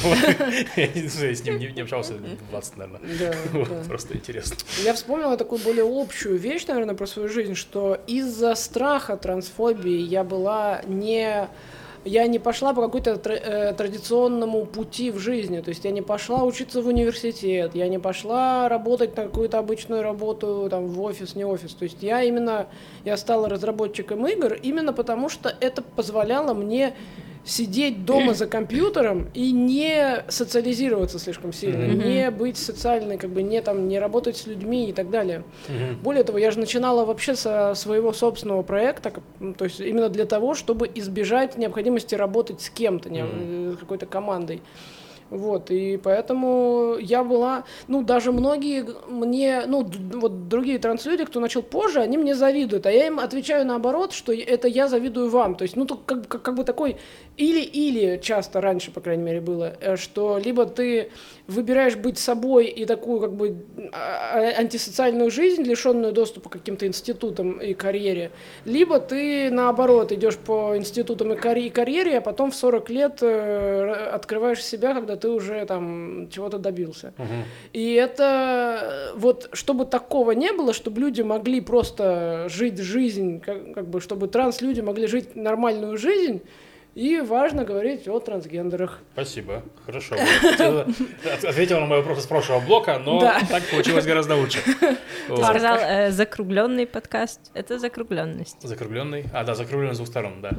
Я с ним не общался двадцать, наверное. Просто интересно. Я вспомнила такую более общую вещь, наверное, про свою жизнь, что из-за страха трансфобии я была не... я не пошла по какой-то тр- традиционному пути в жизни, то есть я не пошла учиться в университет, я не пошла работать на какую-то обычную работу, там, в офис, не офис, то есть я именно, я стала разработчиком игр именно потому, что это позволяло мне сидеть дома за компьютером и не социализироваться слишком сильно, mm-hmm. не быть социальной, как бы не там, не работать с людьми и так далее. Mm-hmm. Более того, я же начинала вообще со своего собственного проекта, то есть именно для того, чтобы избежать необходимости работать с кем-то, mm-hmm. какой-то командой. Вот, и поэтому я была, ну, даже многие мне, ну, д- вот другие транслюди, кто начал позже, они мне завидуют, а я им отвечаю наоборот, что это я завидую вам, то есть, ну, тут как, как, как бы такой или-или часто раньше, по крайней мере, было, что либо ты выбираешь быть собой и такую, как бы, антисоциальную жизнь, лишенную доступа к каким-то институтам и карьере, либо ты, наоборот, идешь по институтам и карьере, а потом в сорок лет открываешь себя, когда ты уже там чего-то добился. Угу. И это вот, чтобы такого не было, чтобы люди могли просто жить жизнь, как, как бы, чтобы транслюди могли жить нормальную жизнь, и важно говорить о трансгендерах. Спасибо, хорошо. Ответила на мой вопрос с прошлого блока, но так получилось гораздо лучше. Ты сказал закругленный подкаст. Это закругленность. Закругленный? А, да, закругленный с двух сторон, да.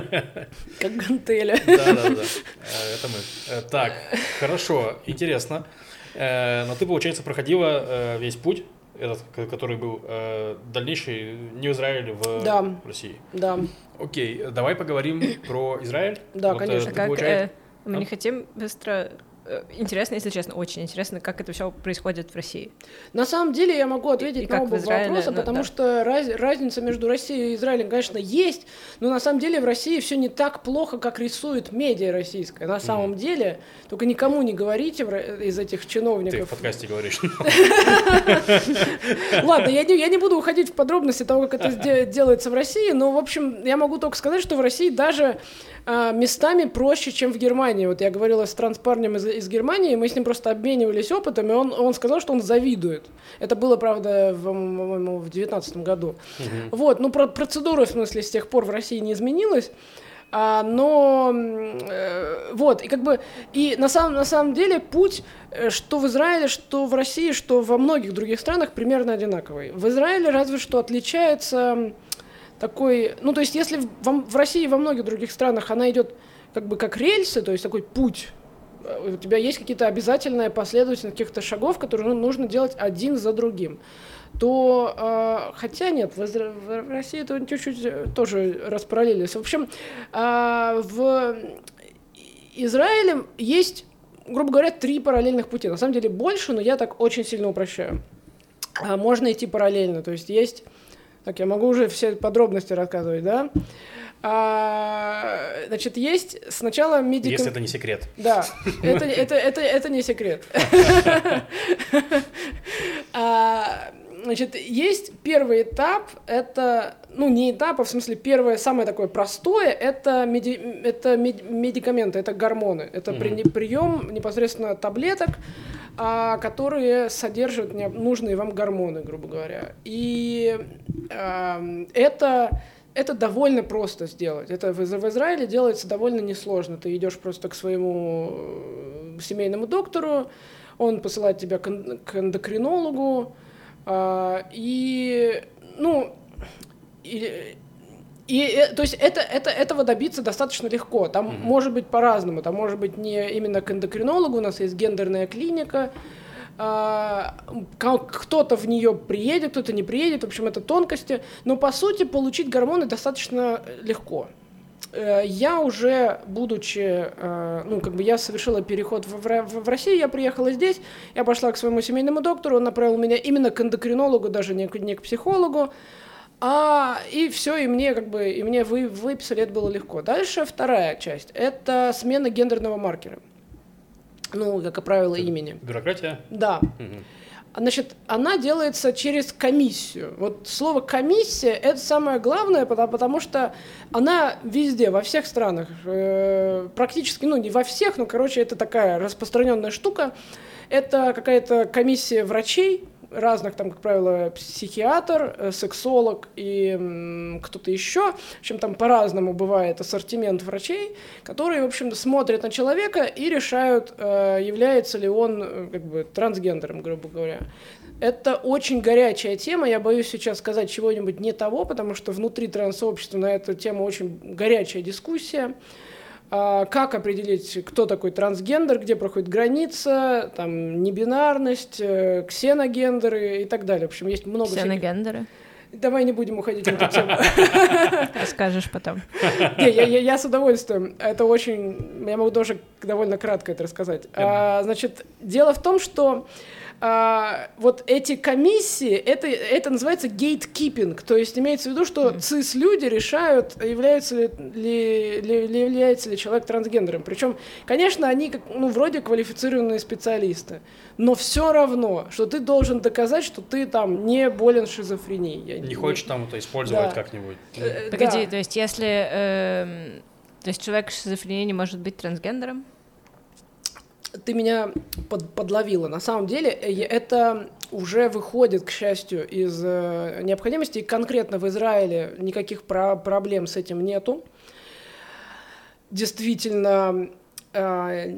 Как гантели. Да, да, да. Это мы. Так, хорошо, интересно. Но ты, получается, проходила весь путь, этот, который был э, дальнейший не в Израиле, в да. России. Да. Окей, давай поговорим про Израиль. Да, вот, конечно. Э, как, получает... э, мы а? не хотим быстро... Интересно, если честно, очень интересно, как это все происходит в России. На самом деле я могу ответить и на оба вопроса, ну, потому да. что раз, разница между Россией и Израилем, конечно, есть, но на самом деле в России все не так плохо, как рисует медиа российская. На самом mm. деле, только никому не говорите из этих чиновников. Ты в подкасте говоришь. Ладно, я не буду уходить в подробности того, как это делается в России, но, в общем, я могу только сказать, что в России даже местами проще, чем в Германии. Вот я говорила с транспарнем из, из Германии, мы с ним просто обменивались опытом, и он, он сказал, что он завидует. Это было, правда, в, в, в девятнадцатом году. Uh-huh. Вот, ну, про, процедура, в смысле, с тех пор в России не изменилась. А, но э, вот, и как бы, и на самом, на самом деле путь, что в Израиле, что в России, что во многих других странах примерно одинаковый. В Израиле разве что отличается... такой, ну, то есть, если в, в России и во многих других странах она идет как бы как рельсы, то есть такой путь, у тебя есть какие-то обязательная последовательность каких-то шагов, которые ну, нужно делать один за другим, то, э, хотя нет, в, Изра... в России это чуть-чуть тоже распараллелилось. В общем, э, в Израиле есть, грубо говоря, три параллельных пути. На самом деле больше, но я так очень сильно упрощаю. А можно идти параллельно, то есть есть... Так, я могу уже все подробности рассказывать, да? А, значит, есть сначала медикам... Если это не секрет. Да, это, это, это, это не секрет. Значит, есть первый этап, это, ну, не этап, а в смысле первое, самое такое простое, это, меди, это медикаменты, это гормоны, это mm-hmm. прием непосредственно таблеток, а, которые содержат нужные вам гормоны, грубо говоря. И а, это, это довольно просто сделать. Это в, в Израиле делается довольно несложно. Ты идешь просто к своему семейному доктору, он посылает тебя к, к эндокринологу, Uh, и, ну, и, и, то есть это, это, этого добиться достаточно легко. Там mm-hmm. может быть по-разному. Там может быть не именно к эндокринологу, у нас есть гендерная клиника, uh, кто-то в нее приедет, кто-то не приедет, в общем, это тонкости. Но, по сути, получить гормоны достаточно легко. Я уже, будучи, ну, как бы я совершила переход в, в, в Россию, я приехала здесь, я пошла к своему семейному доктору, он направил меня именно к эндокринологу, даже не к, не к психологу, а, и все, и мне как бы, и мне вы, выписали, это было легко. Дальше вторая часть, это смена гендерного маркера, ну, как правило, имени. Бюрократия? Да. Угу. Значит, она делается через комиссию. Вот слово «комиссия» — это самое главное, потому, потому что она везде, во всех странах, э, практически, ну, не во всех, но, короче, это такая распространенная штука. Это какая-то комиссия врачей, разных, там, как правило, психиатр, сексолог и м, кто-то еще. В общем, там по-разному бывает ассортимент врачей, которые, в общем, смотрят на человека и решают, э, является ли он э, как бы трансгендером, грубо говоря. Это очень горячая тема, я боюсь сейчас сказать чего-нибудь не того, потому что внутри транс-сообщества на эту тему очень горячая дискуссия. А, как определить, кто такой трансгендер, где проходит граница, там, небинарность, э, ксеногендеры и так далее. В общем, есть много Ксеногендеры? Всяких... Давай не будем уходить в эту тему. Расскажешь потом. Не, я, я, я с удовольствием. Это очень... Я могу тоже довольно кратко это рассказать. А, значит, дело в том, что а, вот эти комиссии, это, это называется гейткипинг, то есть имеется в виду, что mm. цис-люди решают, является ли, ли, ли, ли, является ли человек трансгендером. Причем, конечно, они как, ну, вроде квалифицированные специалисты, но все равно, что ты должен доказать, что ты там не болен шизофренией. Я не, не хочешь там это использовать да. как-нибудь. Э, Погоди, да. то есть если э, то есть человек с шизофренией не может быть трансгендером? Ты меня под, подловила. На самом деле это уже выходит, к счастью, из э, необходимости. И конкретно в Израиле никаких про- проблем с этим нету. Действительно, э,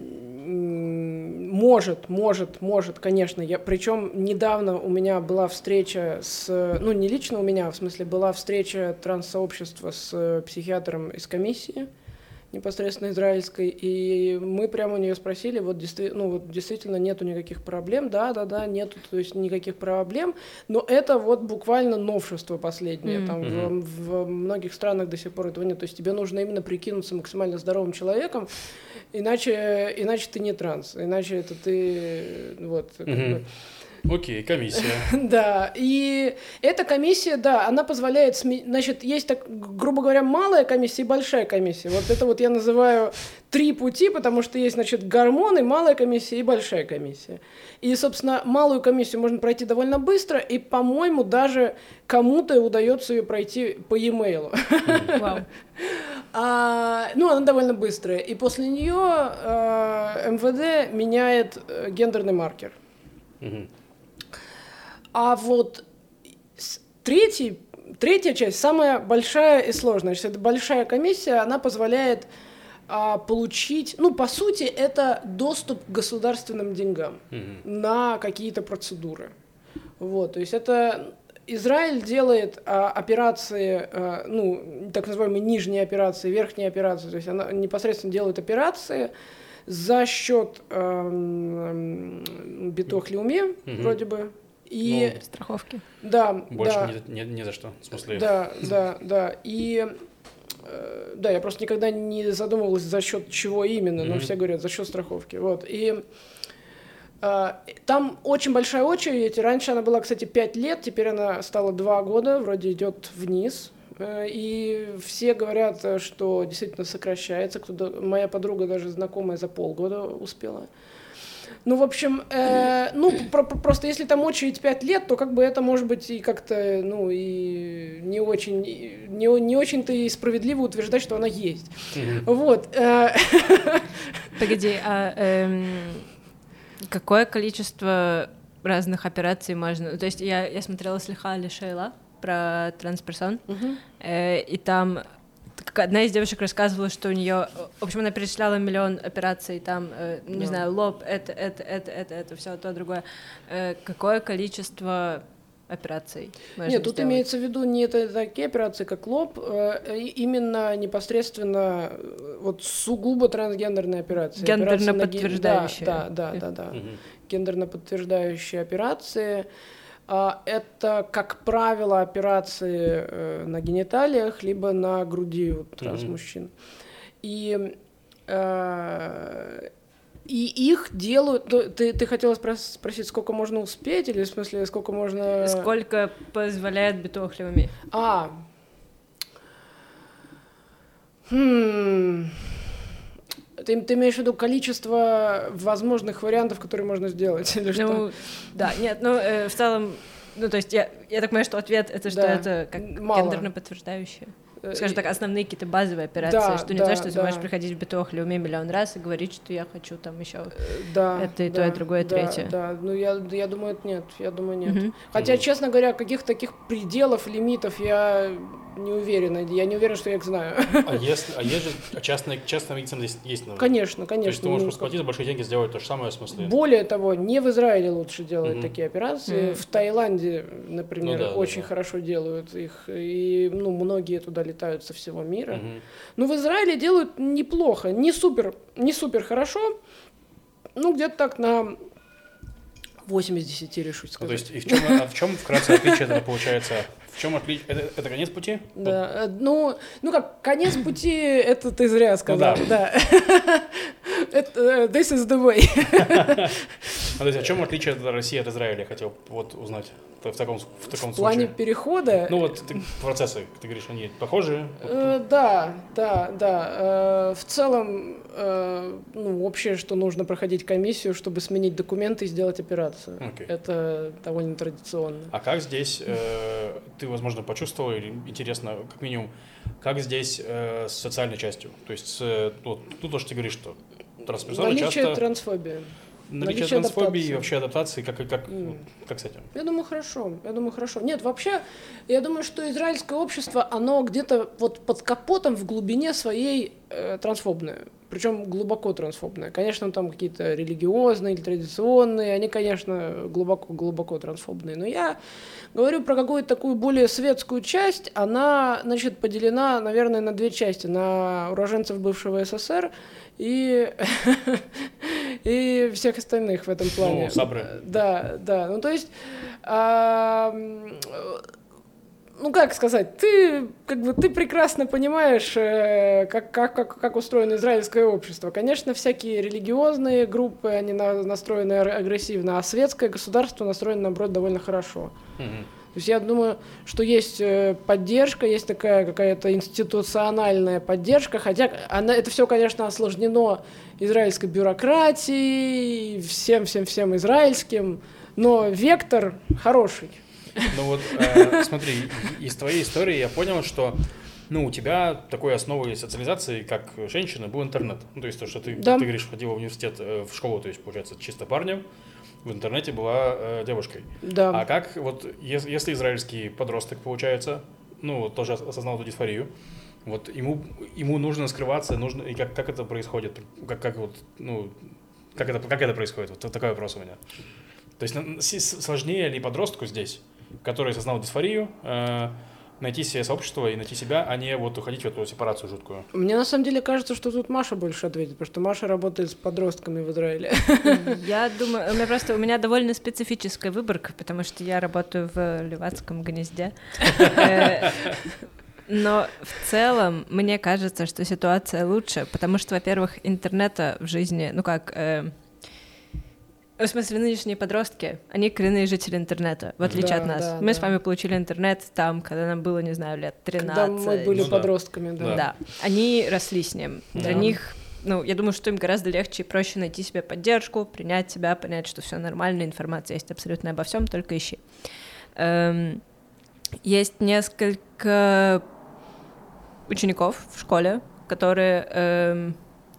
может, может, может, конечно. Я, причем недавно у меня была встреча с... Ну, не лично у меня, в смысле, была встреча транссообщества с психиатром из комиссии, непосредственно израильской, и мы прямо у нее спросили, вот, действи- ну, вот действительно нету никаких проблем, да, да, да, нету, то есть никаких проблем, но это вот буквально новшество последнее, mm-hmm. там в, в многих странах до сих пор этого нет, то есть тебе нужно именно прикинуться максимально здоровым человеком, иначе, иначе ты не транс, иначе это ты, вот, как mm-hmm. бы... Окей, комиссия. Да, и эта комиссия, да, она позволяет, сме... значит, есть, так, грубо говоря, малая комиссия и большая комиссия. Вот это вот я называю три пути, потому что есть, значит, гормоны, малая комиссия и большая комиссия. И, собственно, малую комиссию можно пройти довольно быстро, и, по-моему, даже кому-то удается ее пройти по e-mail. Вау. А, ну, она довольно быстрая. И после нее а, эм вэ дэ меняет а, гендерный маркер. Угу. А вот третий, третья часть, самая большая и сложная, значит, это большая комиссия, она позволяет а, получить, ну, по сути, это доступ к государственным деньгам mm-hmm. на какие-то процедуры. Вот, то есть это Израиль делает а, операции, а, ну, так называемые нижние операции, верхние операции, то есть она непосредственно делает операции за счет э, битох леуми, mm-hmm. вроде бы. И ну, страховки. Да, больше да. Не, не, не за что, в смысле. Да, да, да. И э, да, я просто никогда не задумывалась, за счет чего именно, но mm-hmm. все говорят, за счет страховки. Вот. И э, там очень большая очередь. Раньше она была, кстати, пять лет, теперь она стала два года, вроде идет вниз. Э, и все говорят, что действительно сокращается. Кто-то, моя подруга даже знакомая за полгода успела. Ну, в общем, э, ну, про- просто если там очередь пять лет, то как бы это может быть и как-то, ну, и не очень, не, не очень-то и справедливо утверждать, что она есть. Mm-hmm. Вот. Погоди, а эм, какое количество разных операций можно... То есть я, я смотрела «Слиха Али Шейла» про трансперсон, mm-hmm. э, и там... Одна из девушек рассказывала, что у нее, в общем, она перечисляла миллион операций, там, э, не yeah. знаю, лоб, это, это, это, это, это, все то, другое. Э, какое количество операций можно Нет, тут сделать? имеется в виду не это, такие операции, как лоб, э, именно непосредственно вот сугубо трансгендерные операции. Гендерно подтверждающие. Да, да, да, да, да. Mm-hmm. Гендерно подтверждающие операции. Это, как правило, операции э, на гениталиях, либо на груди вот, транс-мужчин. Mm-hmm. И, э, и их делают... Ты, ты хотела спросить, сколько можно успеть, или в смысле, сколько можно... Сколько позволяет битох леуми? А. Хм... Ты, ты имеешь в виду количество возможных вариантов, которые можно сделать, или ну, что? Да, нет, ну, э, в целом, ну, то есть я, я так понимаю, что ответ — это что да. это как Мало. гендерно подтверждающее. Скажем так, основные какие-то базовые операции, да, что не да, то, что ты да. можешь приходить в Битох Люми миллион раз и говорить, что я хочу там еще да, это и да, то, и другое, и да, третье. Да, ну я, я думаю, это нет, я думаю, нет. Мгм. Хотя, Мгм. честно говоря, каких таких пределов, лимитов я не уверена, я не уверена, что я их знаю. А если, а есть же частная, частная медицина здесь есть? Наверное? Конечно, То есть конечно. ты можешь ну, просто платить за большие деньги, сделать то же самое, в смысле? Более того, не в Израиле лучше делают Мгм. такие операции, Мгм. в Таиланде, например, Ну да, да, очень да. хорошо делают их, и ну, многие туда летают со всего мира. Мгм. Но в Израиле делают неплохо, не супер, не супер хорошо, ну где-то так на восемь из десяти решусь Ну, то сказать. есть, и в чем, а в чем вкратце отличие этого получается? В чем отличие? Это, это конец пути? Да, э, ну, ну как, конец пути, это ты зря сказал, да. да. Это, э, This is the way. Ну, то есть, в чем отличие от России от Израиля, я хотел вот узнать в таком, в таком В плане случае. перехода... Ну вот ты, процессы, ты говоришь, они похожи? Э, да, да, да. Э, в целом, э, ну, общее, что нужно проходить комиссию, чтобы сменить документы и сделать операцию. Окей. Это довольно традиционно. А как здесь, э, ты, возможно, почувствовал, или интересно, как минимум, как здесь э, с социальной частью? То есть, с, э, вот, ну, то, что ты говоришь, что трансперсоны Наличие часто... трансфобии. Наличие наличие трансфобии адаптации. и вообще адаптации, как, как, М. как с этим? Я думаю, хорошо. Я думаю, хорошо. Нет, вообще, я думаю, что израильское общество, оно где-то вот под капотом в глубине своей э, трансфобное. Причем глубоко трансфобное. Конечно, там какие-то религиозные или традиционные, они, конечно, глубоко-глубоко трансфобные. Но я говорю про какую-то такую более светскую часть. Она, значит, поделена, наверное, на две части. На уроженцев бывшего СССР и, и всех остальных в этом плане. Ну, сабры. Да, да. Ну, то есть, а, ну, как сказать, ты, как бы, ты прекрасно понимаешь, э, как, как, как, как устроено израильское общество. Конечно, всякие религиозные группы, они на, настроены ар- агрессивно, а светское государство настроено, наоборот, довольно хорошо. Мгм. То есть я думаю, что есть э, поддержка, есть такая какая-то институциональная поддержка, хотя она, это все, конечно, осложнено израильской бюрократией, всем-всем-всем израильским, но вектор хороший. Ну вот, э, смотри, из твоей истории я понял, что ну, у тебя такой основой социализации, как женщины, был интернет. Ну, то есть то, что ты, Да. ты говоришь, ходила в университет, э, в школу, то есть, получается, чисто парнем, в интернете была э, девушкой. Да. А как, вот, ес- если израильский подросток, получается, ну, вот тоже ос- осознал эту дисфорию, вот ему, ему нужно скрываться, нужно, и как, как это происходит, как, как вот, ну, как это, как это происходит, вот такой вопрос у меня. То есть на- с- с- сложнее ли подростку здесь, который осознал дисфорию, э, найти себе сообщество и найти себя, а не вот уходить в эту сепарацию жуткую? Мне на самом деле кажется, что тут Маша больше ответит, потому что Маша работает с подростками в Израиле. Я думаю, у меня просто у меня довольно специфическая выборка, потому что я работаю в левацком гнезде. Э, Но в целом мне кажется, что ситуация лучше, потому что, во-первых, интернета в жизни, ну как, э, в смысле, нынешние подростки, они коренные жители интернета, в отличие Да, от нас. да, Мы да. с вами получили интернет там, когда нам было, не знаю, лет тринадцать. Когда мы были Ну да. подростками, да. Да, они росли с ним. Для Да. них, ну, я думаю, что им гораздо легче и проще найти себе поддержку, принять себя, понять, что все нормально, информация есть абсолютно обо всем, только ищи. Эм, есть несколько учеников в школе, которые... эм,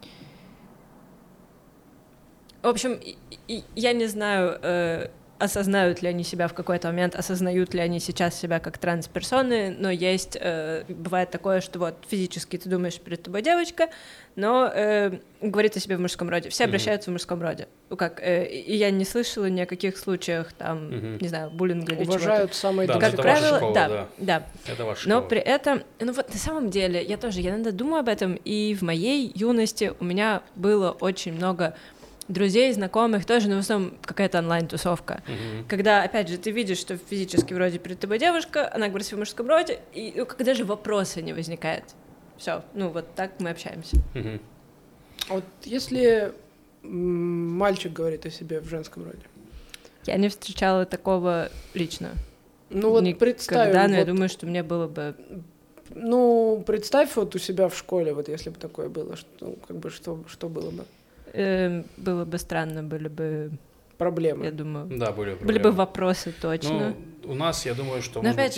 в общем, и- и- я не знаю, э, осознают ли они себя в какой-то момент, осознают ли они сейчас себя как трансперсоны, но есть, э, бывает такое, что вот физически ты думаешь, перед тобой девочка, но э, говорит о себе в мужском роде. Все Мгм. обращаются в мужском роде. Ну как, э, и я не слышала ни о каких случаях там, Мгм. не знаю, буллинга или чего-то. Уважают самые Да, Как это идентичные. ваша правило, школа, да, да. да. Это ваша Но школа. при этом, ну вот на самом деле, я тоже, я иногда думаю об этом, и в моей юности у меня было очень много друзей, знакомых, тоже, но в основном какая-то онлайн-тусовка. Мгм. Когда, опять же, ты видишь, что физически вроде перед тобой девушка, она говорит в мужском роде, и ну, когда же вопроса не возникает. Все, ну вот так мы общаемся. Мгм. Вот если м, мальчик говорит о себе в женском роде, Я не встречала такого лично. ну вот Никогда, представь, но я вот, думаю, что мне было бы... ну представь вот у себя в школе, вот если бы такое было, что, ну, как бы что, что было бы? эм, было бы странно, были бы, Проблемы. я думаю... Да, были Были бы проблемы. вопросы точно. Ну, у нас, я думаю, что... Но может опять быть, же, в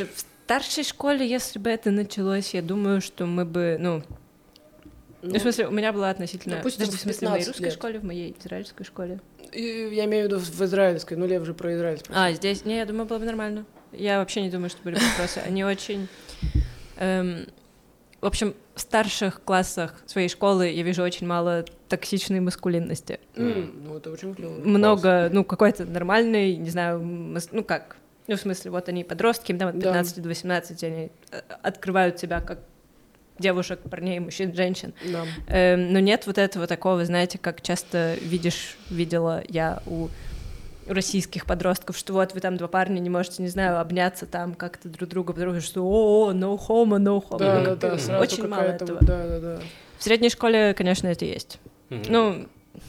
старшей школе, если бы это началось, я думаю, что мы бы, ну... Ну, в смысле, у меня была относительно... Допустим, Подожди, в смысле, в моей русской лет. школе, в моей израильской школе? И, я имею в виду в израильской, ну, Лев же про Израиль спросил. А, здесь? Не, я думаю, было бы нормально. Я вообще не думаю, что были вопросы. Они очень... Эм, в общем, в старших классах своей школы я вижу очень мало токсичной маскулинности. Mm, ну, это очень клево. Много, ну, какой-то нормальный, не знаю, мас... ну, как... Ну, в смысле, вот они подростки, им там от пятнадцати до восемнадцати, они открывают себя как девушек, парней, мужчин, женщин. Да. Эм, но нет вот этого такого, знаете, как часто видишь, видела я у российских подростков, что вот вы там два парня не можете, не знаю, обняться там как-то друг друга, потому что о, no homo, no homo. Да, ну, да, да, сразу очень мало этого. Да, да, да. В средней школе, конечно, это есть. Mm-hmm. Ну,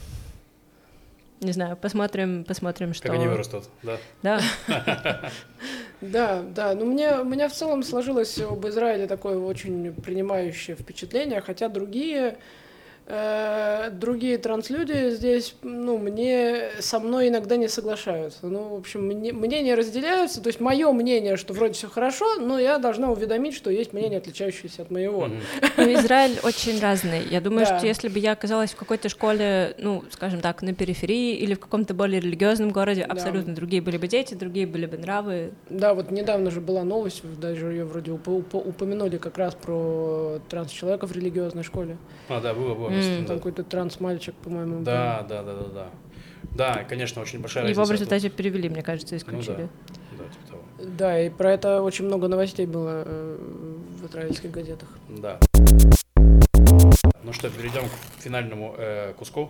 не знаю, посмотрим, посмотрим, что... Как они вырастут, да? Да. Да, да, ну мне, у меня в целом сложилось об Израиле такое очень принимающее впечатление, хотя другие, э, другие транслюди здесь, ну, мне, со мной иногда не соглашаются. Ну, в общем, мне, мнения разделяются, то есть мое мнение, что вроде все хорошо, но я должна уведомить, что есть мнение, отличающееся от моего. Ну, Израиль очень разный. Я думаю, Да. что если бы я оказалась в какой-то школе, ну, скажем так, на периферии или в каком-то более религиозном городе, Да. абсолютно другие были бы дети, другие были бы нравы. Да, вот недавно же была новость, даже ее вроде уп- уп- упомянули как раз про транс-человека в религиозной школе. А, да, было, было. Mm. Там какой-то транс-мальчик, по-моему, Да, да, да, да, да. Да, конечно, очень большая разница. Его в результате перевели, мне кажется, исключили. Ну, да. Да, типа того. был. Да, и про это очень много новостей было э, в израильских газетах. Да. Ну что, перейдем к финальному э, куску.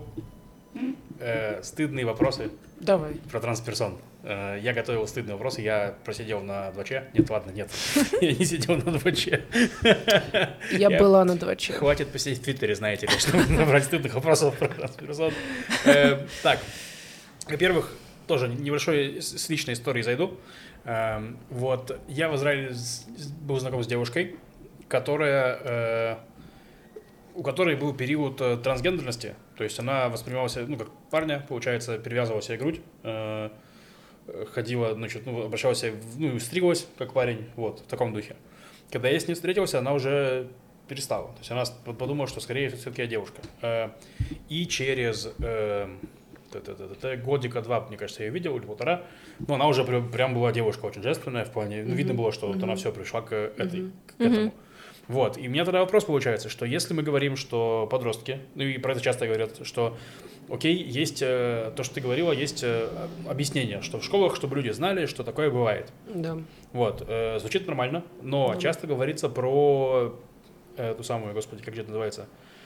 Э, стыдные вопросы Давай. про трансперсон. Э, я готовил стыдные вопросы, я просидел на два че. Нет, ладно, нет. Я не сидел на два че. Я была на два че. Хватит посидеть в Твиттере, знаете ли, чтобы набрать стыдных вопросов про трансперсон. Э, так, во-первых, тоже небольшой с личной историей зайду. Э, вот, я в Израиле был знаком с девушкой, которая... Э, у которой был период э, трансгендерности, то есть она воспринималась, ну, как парня, получается, перевязывала себе грудь, э, ходила, значит, ну, обращалась, ну, стриглась, как парень, вот, в таком духе. Когда я с ней встретился, она уже перестала, то есть она подумала, что, скорее, все-таки я девушка. Э, и через э, годика два, мне кажется, я ее видел, или полтора, но она уже прям, прям была девушка очень женственная в плане, ну, видно было, что вот она все пришла к этой, к этому. Вот, и у меня тогда вопрос получается, что если мы говорим, что подростки, ну и про это часто говорят, что, окей, есть э, то, что ты говорила, есть э, объяснение, что в школах, чтобы люди знали, что такое бывает. Да. Вот, э, звучит нормально, но Да. часто говорится про э, ту самую, господи, как же это называется,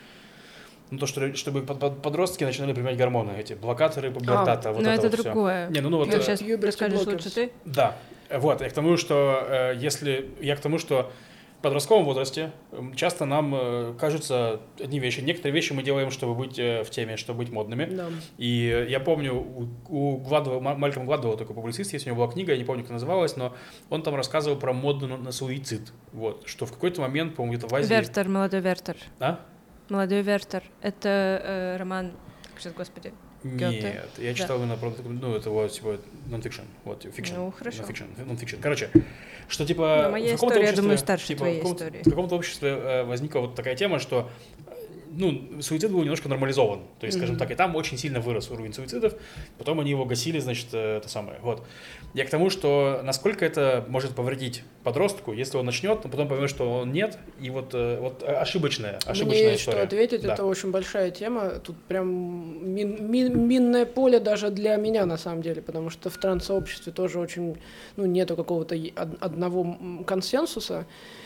ну то, что чтобы подростки начинали принимать гормоны, эти блокаторы пубертата, А, вот но это, это вот другое. Все. Не, ну, ну вот. Ты э, сейчас расскажешь лучше ты? Да, вот, я к тому, что э, если, я к тому, что в подростковом возрасте часто нам э, кажутся одни вещи. Некоторые вещи мы делаем, чтобы быть э, в теме, чтобы быть модными. Да. И я помню, у, у Гладуэлла, Малькольм Гладуэлл, такой публицист, есть у него была книга, я не помню, как называлась, но он там рассказывал про моду на, на суицид. Вот, что в какой-то момент, по-моему, где-то в Азии... Вертер, молодой Вертер. А? Молодой Вертер. Это э, роман, сейчас, господи. Нет, Гёте. я читал да. именно про, ну, это вот, типа, non-fiction, вот, fiction. Ну, хорошо. Non-fiction, non-fiction. Короче, что, типа, Но моя в каком-то история, обществе, я думаю, старше типа, твоей в каком-то, истории. в каком-то обществе э, возникла вот такая тема, что, ну, суицид был немножко нормализован, то есть, скажем mm-hmm. так, и там очень сильно вырос уровень суицидов, потом они его гасили, значит, э, это самое, вот. Я к тому, что насколько это может повредить подростку, если он начнет, но потом поймет, что он нет, и вот, э, вот ошибочная, ошибочная Мне есть история. что ответить, да. Это очень большая тема, тут прям мин, мин, минное поле даже для меня на самом деле, потому что в транс-сообществе тоже очень, ну, нету какого-то одного консенсуса.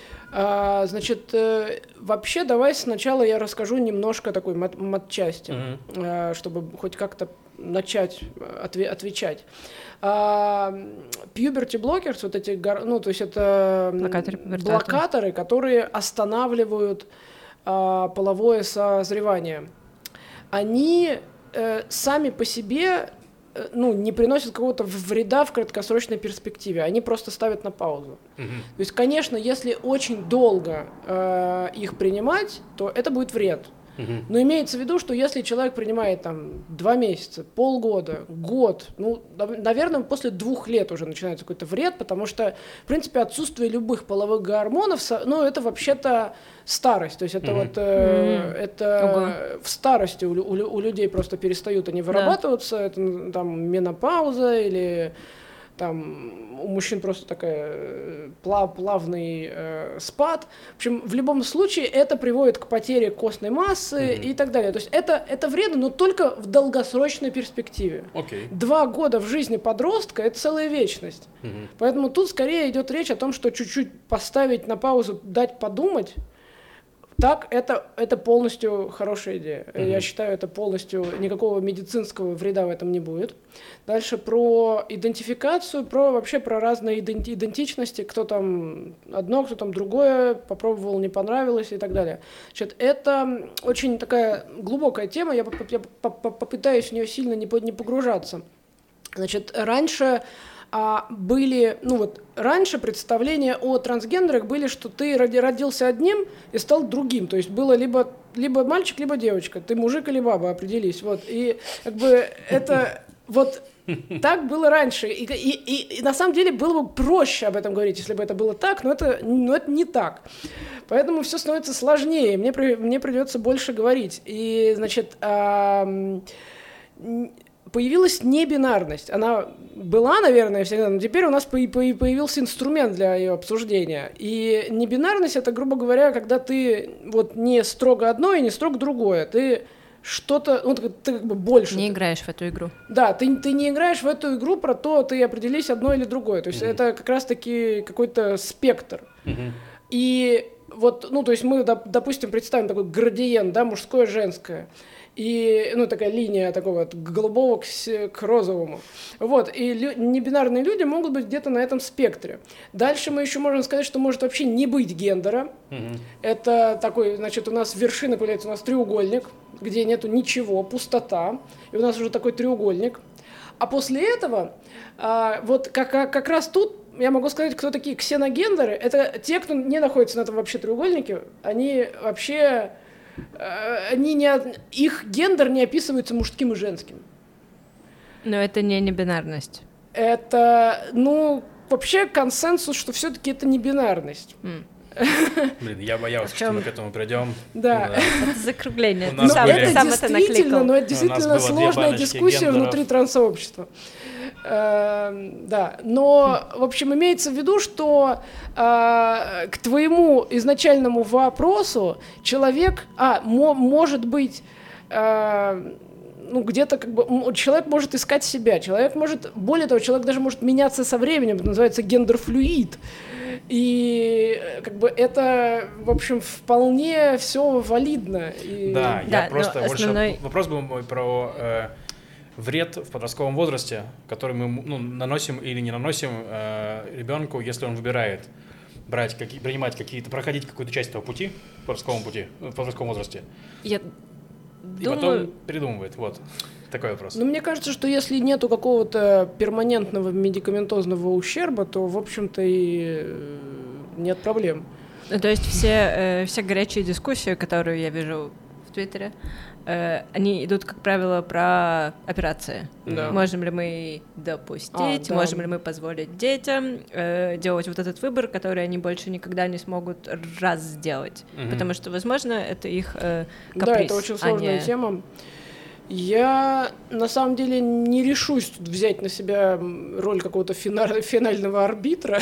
А, значит, э, вообще давай сначала я расскажу немножко такой мат- матчасти, Mm-hmm. э, чтобы хоть как-то начать отве- отвечать. А, puberty blockers, вот эти, ну, то есть это блокаторы, блокаторы, которые останавливают а, половое созревание. Они э, сами по себе э, ну, не приносят какого-то вреда в краткосрочной перспективе, они просто ставят на паузу. Mm-hmm. То есть, конечно, если очень долго э, их принимать, то это будет вред. Мгм. Но имеется в виду, что если человек принимает там два месяца, полгода, год, ну, нав- наверное, после двух лет уже начинается какой-то вред, потому что, в принципе, отсутствие любых половых гормонов, со- ну, это вообще-то старость, то есть это Мгм. вот, э, Мгм. это в старости у, лю- у лю- у людей просто перестают они вырабатываться, это м, там менопауза или там у мужчин просто такая э, пла- плавный э, спад. В общем, в любом случае это приводит к потере костной массы Мгм. и так далее. То есть это, это вредно, но только в долгосрочной перспективе. Окей. Два года в жизни подростка – это целая вечность. Мгм. Поэтому тут скорее идет речь о том, что чуть-чуть поставить на паузу, дать подумать. Так, это, это полностью хорошая идея. Мгм. Я считаю, это полностью никакого медицинского вреда в этом не будет. Дальше про идентификацию, про вообще про разные иденти- идентичности, кто там одно, кто там другое, попробовал, не понравилось и так далее. Значит, это очень такая глубокая тема, я, поп- я поп- поп- попытаюсь в нее сильно не по- не погружаться. Значит, раньше а, были, ну вот, раньше представления о трансгендерах были, что ты роди- родился одним и стал другим, то есть было либо, либо мальчик, либо девочка, ты мужик или баба, определись, вот, и как бы это вот так было раньше, и, и, и, и на самом деле было бы проще об этом говорить, если бы это было так, но это, но это не так. Поэтому все становится сложнее, мне, при- мне придется больше говорить. И, значит, ам, н- появилась небинарность. Она была, наверное, всегда, но теперь у нас по- по- появился инструмент для ее обсуждения. И небинарность — это, грубо говоря, когда ты вот не строго одно и не строго другое. Ты что-то, ну, ты, ты как бы больше. Не Ты- играешь в эту игру. да, ты, ты не играешь в эту игру про то, ты определись одно или другое. То есть Мгм. это как раз-таки какой-то спектр. Мгм. И вот, ну, то есть мы, доп- допустим, представим такой градиент, да, мужское, женское. И, ну, такая линия такого от голубого к, се- к розовому. Вот, и лю- небинарные люди могут быть где-то на этом спектре. Дальше мы еще можем сказать, что может вообще не быть гендера. Мгм. Это такой, значит, у нас вершина появляется, у нас треугольник, где нету ничего, пустота. И у нас уже такой треугольник. А после этого, а, вот как, как, как раз тут я могу сказать, кто такие ксеногендеры. Это те, кто не находится на этом вообще треугольнике. Они вообще, э, они не, от- их гендер не описывается мужским и женским. Но это не небинарность. Это, ну, вообще консенсус, что все-таки это не бинарность. М. Блин, я боялся, В что чём? мы к этому придем. Да. Это закругление. У Ты нас сам, были- ты это сам это действительно, но накликал. это действительно было две сложная баночки дискуссия гендеров. внутри трансообщества. Эм, Да, но, в общем, имеется в виду, что э, к твоему изначальному вопросу человек, а, мо- может быть, э, ну, где-то как бы м, человек может искать себя, человек может, более того, человек даже может меняться со временем, это называется гендерфлюид. И э, как бы это, в общем, вполне все валидно. И- Да, Да, я просто но больше... основной- Вопрос был мой про э, вред в подростковом возрасте, который мы ну, наносим или не наносим э, ребенку, если он выбирает брать, какие, принимать какие-то, проходить какую-то часть этого пути, в подростковом пути, в подростковом возрасте, Я и думаю, потом передумывает. Вот. Такой вопрос. Ну, мне кажется, что если нету какого-то перманентного медикаментозного ущерба, то, в общем-то, и э, нет проблем. ну, то есть все, э, все горячие дискуссии, которые я вижу в Твиттере, э, они идут, как правило, про операции. Да. Можем ли мы допустить, А, да. можем ли мы позволить детям э, делать вот этот выбор, который они больше никогда не смогут раз сделать. Мгм. Потому что, возможно, это их э, Да, каприз, это очень а сложная не- тема. Я, на самом деле, не решусь тут взять на себя м, роль какого-то фина- финального арбитра.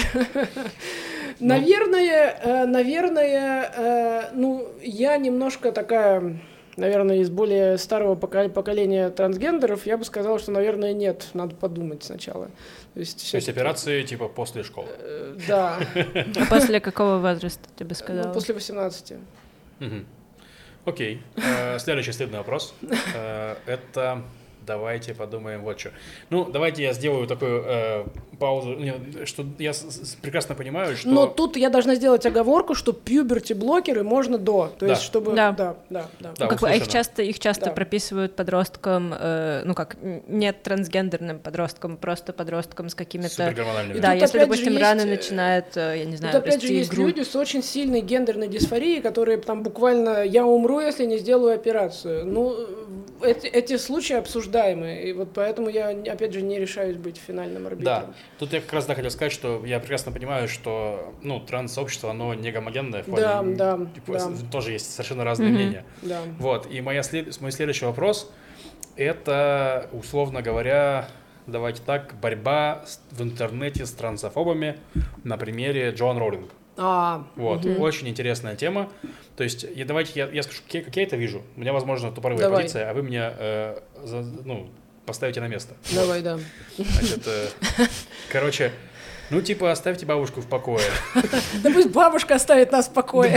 Наверное, э, наверное, э, ну, я немножко такая, наверное, из более старого пока- поколения трансгендеров, я бы сказала, что, наверное, нет, надо подумать сначала. То есть, То есть всё-таки, операции типа после школы. э, да, А после какого возраста, ты бы ну, сказала? после восемнадцати. Мгм. Окей. Э, Следующий стыдный вопрос. Э, Это давайте подумаем вот что. Ну, давайте я сделаю такую э, паузу, что я с- с- прекрасно понимаю, что... Но тут я должна сделать оговорку, что пьюберти-блокеры можно до. То Да. есть, чтобы... Да. Да, да, да. Да, Ну, как бы, а их услышано. часто, их часто Да. прописывают подросткам, э, ну как, н- не трансгендерным подросткам, просто подросткам с какими-то... Супергормональными. Да, Тут если, опять же допустим, есть, рано э, начинает, э, я не знаю, Тут опять же расти есть грудь. люди с очень сильной гендерной дисфорией, которые там буквально «я умру, если не сделаю операцию». Ну, эти, эти случаи обсуждаемы, и вот поэтому я, опять же, не решаюсь быть финальным Да, арбитром. тут я как раз да, хотел сказать, что я прекрасно понимаю, что ну, транс-сообщество, оно не гомогенное. в плане, Да, да, типа, да. с- тоже есть совершенно разные Мгм. мнения. Да. Вот, и моя след... мой следующий вопрос, это, условно говоря, давайте так, борьба с- в интернете с трансофобами на примере Джоан Роулинг. А, Вот, мгм. очень интересная тема. То есть, я, давайте я, я скажу, какие- как я это вижу. У меня, возможно, тупорывая Давай. позиция, а вы меня э, за- ну, поставите на место. Давай, да. Значит, э, короче, ну, типа, оставьте бабушку в покое. Да пусть бабушка оставит нас в покое.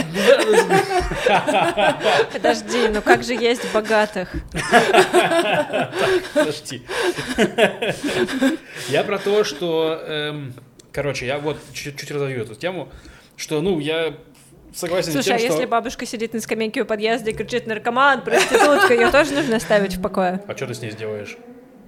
Подожди, ну как же есть богатых? Подожди. Я про то, что, эм, короче, я вот чуть-чуть разовью эту тему, что, ну, я согласен с Слушай, тем, а что... если бабушка сидит на скамейке у подъезда и кричит «наркоман, проститутка», ее тоже нужно оставить в покое? А что ты с ней сделаешь?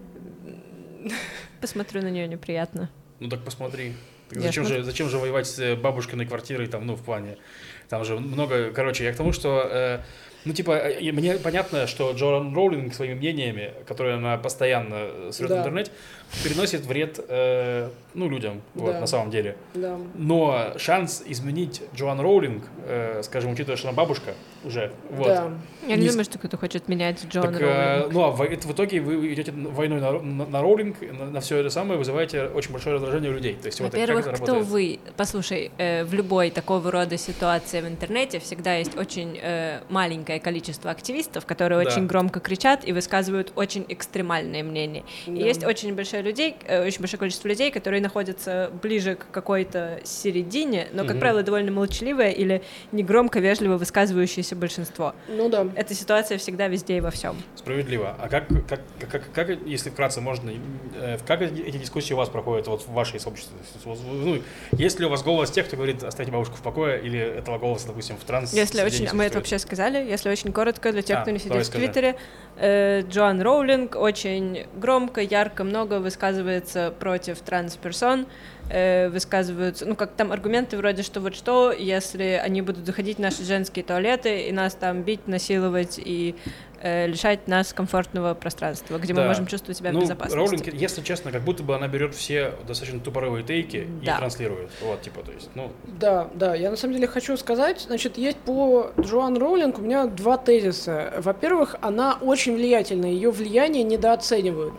Посмотрю на нее неприятно. Ну так посмотри. Так Я зачем смотрю. же, зачем же воевать с э, бабушкиной квартирой, там, ну, в плане, там же много, короче, я к тому, что, э, ну, типа, э, и мне понятно, что Джоан Роулинг своими мнениями, которые она постоянно срет в Да. интернете, переносит вред, э, ну, людям, вот, Да. на самом деле. Да. Но шанс изменить Джоан Роулинг, э, скажем, учитывая, что она бабушка уже, вот. Да. Я не Не с- думаю, что кто-то хочет менять Джоан Так, э, Роулинг. ну, а в, это в итоге вы идете войной на, на, на Роулинг, на, все это самое, вызываете очень большое раздражение у людей. То есть, вот как Во-первых, это кто работает? вы? Послушай, э, в любой такого рода ситуации в интернете всегда есть очень э, маленькое количество активистов, которые Да. очень громко кричат и высказывают очень экстремальные мнения. И Да. есть очень большое людей, э, очень большое количество людей, которые находятся ближе к какой-то середине, но, как Мгм. правило, довольно молчаливое или негромко, вежливо высказывающееся большинство. Ну да. Эта ситуация всегда везде и во всем. Справедливо. А как, как, как, как, если вкратце можно, э, как эти дискуссии у вас проходят вот в вашей сообществе? Ну, есть ли у вас голос тех, кто говорит, оставьте бабушку в покое, или этого голоса, допустим, в транс? Если очень, среде мы это не вообще сказали, если очень коротко для тех, А, кто не сидит давай в скажи. Твиттере, э, Джоан Роулинг очень громко, ярко, много высказывается против трансперсон, э, высказываются, ну как там аргументы вроде, что вот что, если они будут заходить в наши женские туалеты и нас там бить, насиловать и э, лишать нас комфортного пространства, где мы Да. можем чувствовать себя Ну, в безопасности. Роулинг, если честно, как будто бы она берет все достаточно тупорывые тейки Да. и транслирует. Вот, типа, то есть, ну, Да, да, я на самом деле хочу сказать, значит, есть по Джоан Роулинг у меня два тезиса. Во-первых, она очень влиятельна, ее влияние недооценивают.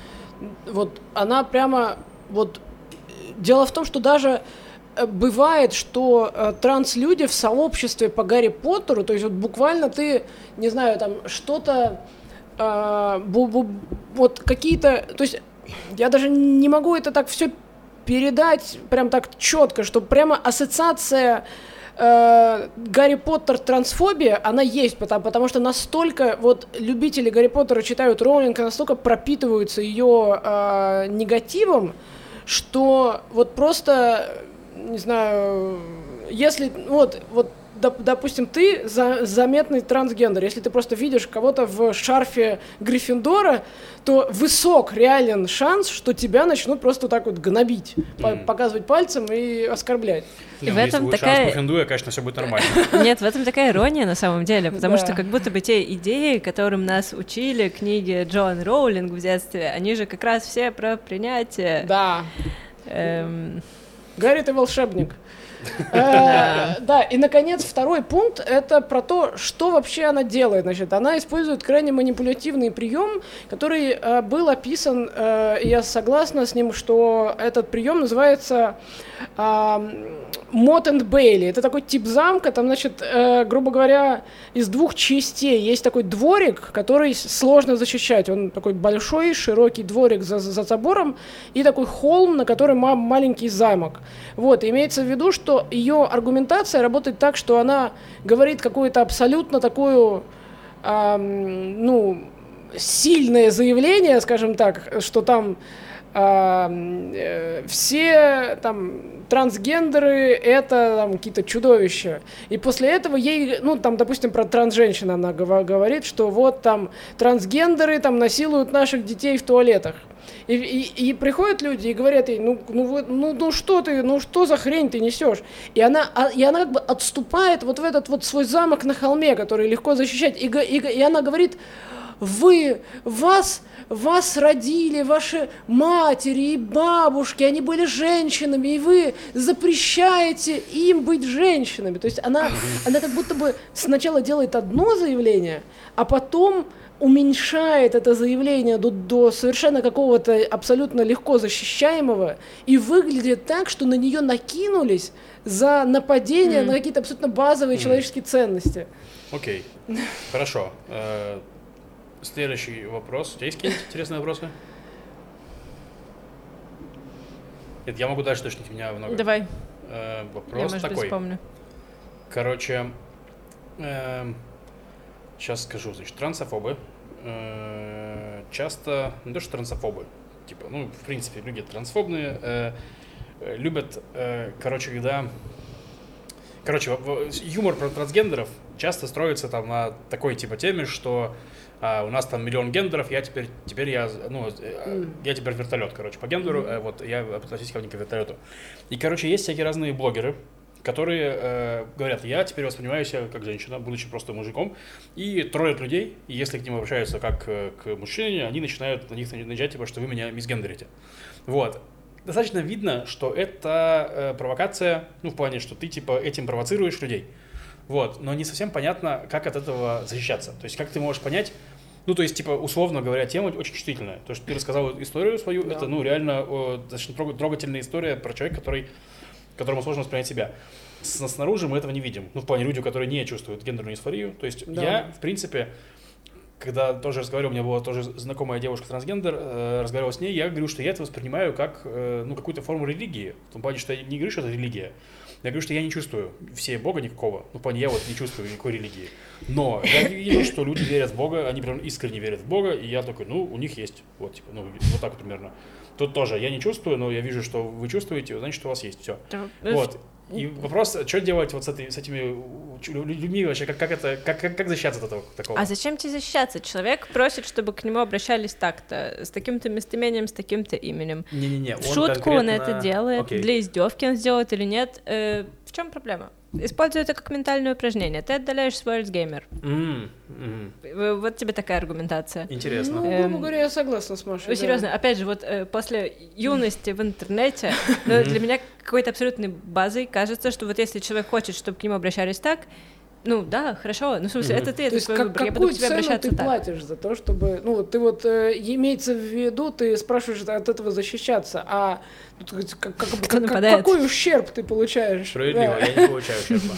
Вот она прямо, вот, дело в том, что даже э, бывает, что э, транслюди в сообществе по Гарри Поттеру, то есть вот буквально ты, не знаю, там что-то, э, бу- бу- вот какие-то, то есть я даже не могу это так все передать прям так четко, что прямо ассоциация э, Гарри Поттер трансфобия, она есть, потому, потому что настолько вот любители Гарри Поттера читают Роулинг, и настолько пропитываются ее э, негативом, что вот просто, не знаю, если, вот, вот доп- допустим, ты за, заметный трансгендер, если ты просто видишь кого-то в шарфе Гриффиндора, то высок реален шанс, что тебя начнут просто так вот гнобить, по- Мгм. показывать пальцем и оскорблять. И ну, в если этом будет такая- шанс Гриффиндора, конечно, все будет нормально. Нет, в этом такая ирония на самом деле, потому Да. что как будто бы те идеи, которым нас учили книги Джоан Роулинг в детстве, они же как раз все про принятие. Да. Эм, Гарри, ты волшебник. Э, Да, и, наконец, второй пункт — это про то, что вообще она делает. Значит, она использует крайне манипулятивный прием, который э, был описан, э, и я согласна с ним, что этот прием называется Мот энд Бейли. Это такой тип замка, там, значит, э, грубо говоря, из двух частей есть такой дворик, который с- сложно защищать. Он такой большой, широкий дворик за, за забором, и такой холм, на котором ма- маленький замок. Вот, и имеется в виду, что ее аргументация работает так, что она говорит какую-то абсолютно такую, ам, ну, сильное заявление, скажем так, что там а, э, все там трансгендеры это там какие-то чудовища. И после этого ей, ну там, допустим, про трансженщин она говорит, что вот там трансгендеры там насилуют наших детей в туалетах. И, и, и приходят люди и говорят ей, ну, ну, ну, ну что ты, ну что за хрень ты несешь? И она, и она как бы отступает вот в этот вот свой замок на холме, который легко защищать. И, и, и она говорит, вы, вас, вас родили ваши матери и бабушки, они были женщинами, и вы запрещаете им быть женщинами. То есть она, она как будто бы сначала делает одно заявление, а потом уменьшает это заявление до, до совершенно какого-то абсолютно легко защищаемого и выглядит так, что на нее накинулись за нападение mm. на какие-то абсолютно базовые mm. человеческие ценности. Окей, okay. Хорошо. Следующий вопрос. У тебя есть какие-нибудь интересные вопросы? Нет, я могу дальше точнить, меня много. Давай. Э, вопрос я, может такой. быть, вспомню. Короче, э, сейчас скажу. Значит, трансофобы э, часто, не то что трансофобы, типа, ну, в принципе, люди трансфобные, э, э, любят, э, короче, когда... Короче, юмор про трансгендеров часто строится там на такой типа теме, что а, у нас там миллион гендеров, я теперь, теперь я, ну, mm. я теперь вертолет, короче, по гендеру, mm-hmm. вот, я относюсь ко мне к вертолету. И, короче, есть всякие разные блогеры, которые э, говорят, я теперь воспринимаю себя как женщина, будучи просто мужиком, и троллят людей, и если к ним обращаются как к мужчине, они начинают на них наезжать, типа, что вы меня мисгендерите. Вот. Достаточно видно, что это э, провокация, ну, в плане, что ты, типа, этим провоцируешь людей. Вот. Но не совсем понятно, как от этого защищаться. То есть, как ты можешь понять, ну, то есть, типа, условно говоря, тема очень чувствительная. То, что ты рассказал историю свою, да. это, ну, реально э, достаточно трогательная история про человека, который, которому сложно воспринять себя. С, снаружи мы этого не видим. Ну, в плане люди, которые не чувствуют гендерную дисфорию. То есть, да. я, в принципе... Когда тоже разговаривал, у меня была тоже знакомая девушка трансгендер, э, разговаривал с ней, я говорю, что я это воспринимаю как э, ну, какую-то форму религии. В том плане, что я не говорю, что это религия. Я говорю, что я не чувствую все Бога никакого. Ну, в плане, я вот не чувствую никакой религии. Но я вижу, что люди верят в Бога, они прям искренне верят в Бога, и я такой, ну, у них есть. Вот, типа, ну, вот так вот примерно. Тут тоже я не чувствую, но я вижу, что вы чувствуете, значит, у вас есть все. Вот. И вопрос, что делать вот с, этой, с этими людьми вообще, как, как, это, как, как, как защищаться от этого такого? А зачем тебе защищаться? Человек просит, чтобы к нему обращались так-то, с таким-то местоимением, с таким-то именем. Не-не-не, в шутку конкретно... он это делает, okay. для издевки он сделает или нет. Э, в чем проблема? Используй это как ментальное упражнение. Ты отдаляешь свой Альцгеймер. Mm, mm. Вот тебе такая аргументация. Интересно. Ну, грубо говоря, я согласна с Машей. Ну, серьезно, да. Опять же, вот э, после юности в интернете, ну, для меня какой-то абсолютной базой кажется, что вот если человек хочет, чтобы к нему обращались так, ну да, хорошо, ну в смысле, mm-hmm. это ты, это твой как, выбор, я буду к тебе обращаться ты так. платишь за то, чтобы, ну ты вот, э, имеется в виду, ты спрашиваешь от этого защищаться, а как, как, как, какой ущерб ты получаешь? Справедливо, да. Я не получаю ущерба.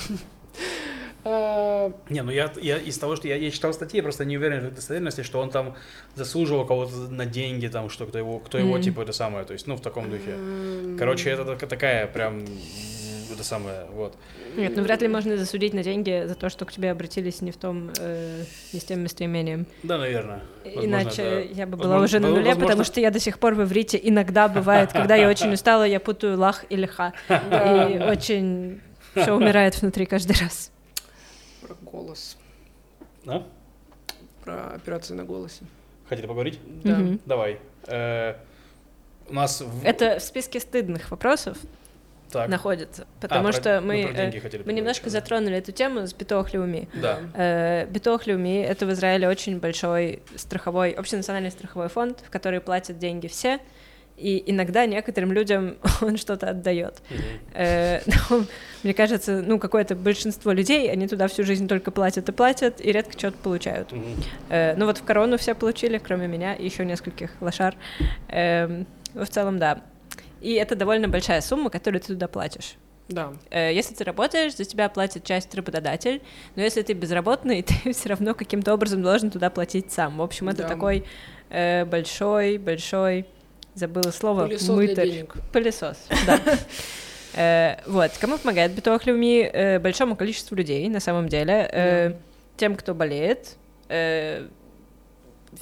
Не, ну я, я из того, что я, я читал статьи, я просто не уверен в достоверности, что он там заслуживал кого-то на деньги, там, что кто его, кто его mm. типа, это самое, то есть, ну, в таком духе. Короче, это такая прям, это самое, вот. Нет, ну вряд ли можно засудить на деньги за то, что к тебе обратились не в том, э, не с тем местоимением. Да, наверное. Возможно, Иначе да. я бы была возможно, уже на нуле, возможно... потому что я до сих пор в иврите иногда бывает, когда я очень устала, я путаю лах и лиха. И очень все умирает внутри каждый раз. Про голос. А? Про операции на голосе. Хотите поговорить? Да. Угу. Давай. Э, у нас... В... Это в списке стыдных вопросов так. находится, потому а, что про, мы, мы, э, мы немножко еще, затронули эту тему с Битох Леуми. Да. Э, Битох Леуми — это в Израиле очень большой страховой, общенациональный страховой фонд, в который платят деньги все, и иногда некоторым людям он что-то отдает. Mm-hmm. Э, но, мне кажется, ну, какое-то большинство людей, они туда всю жизнь только платят и платят, и редко что-то получают. Mm-hmm. Э, ну вот в корону все получили, кроме меня и еще нескольких лошар. Э, в целом, да. И это довольно большая сумма, которую ты туда платишь. Да. Э, если ты работаешь, за тебя платит часть работодатель, но если ты безработный, ты все равно каким-то образом должен туда платить сам. В общем, это да. такой э, большой, большой... Забыла слово. Пылесос мытарь. для денег. Пылесос, да. э, вот. Кому помогает Битох Леуми? Э, большому количеству людей, на самом деле. Э, да. Тем, кто болеет. Э,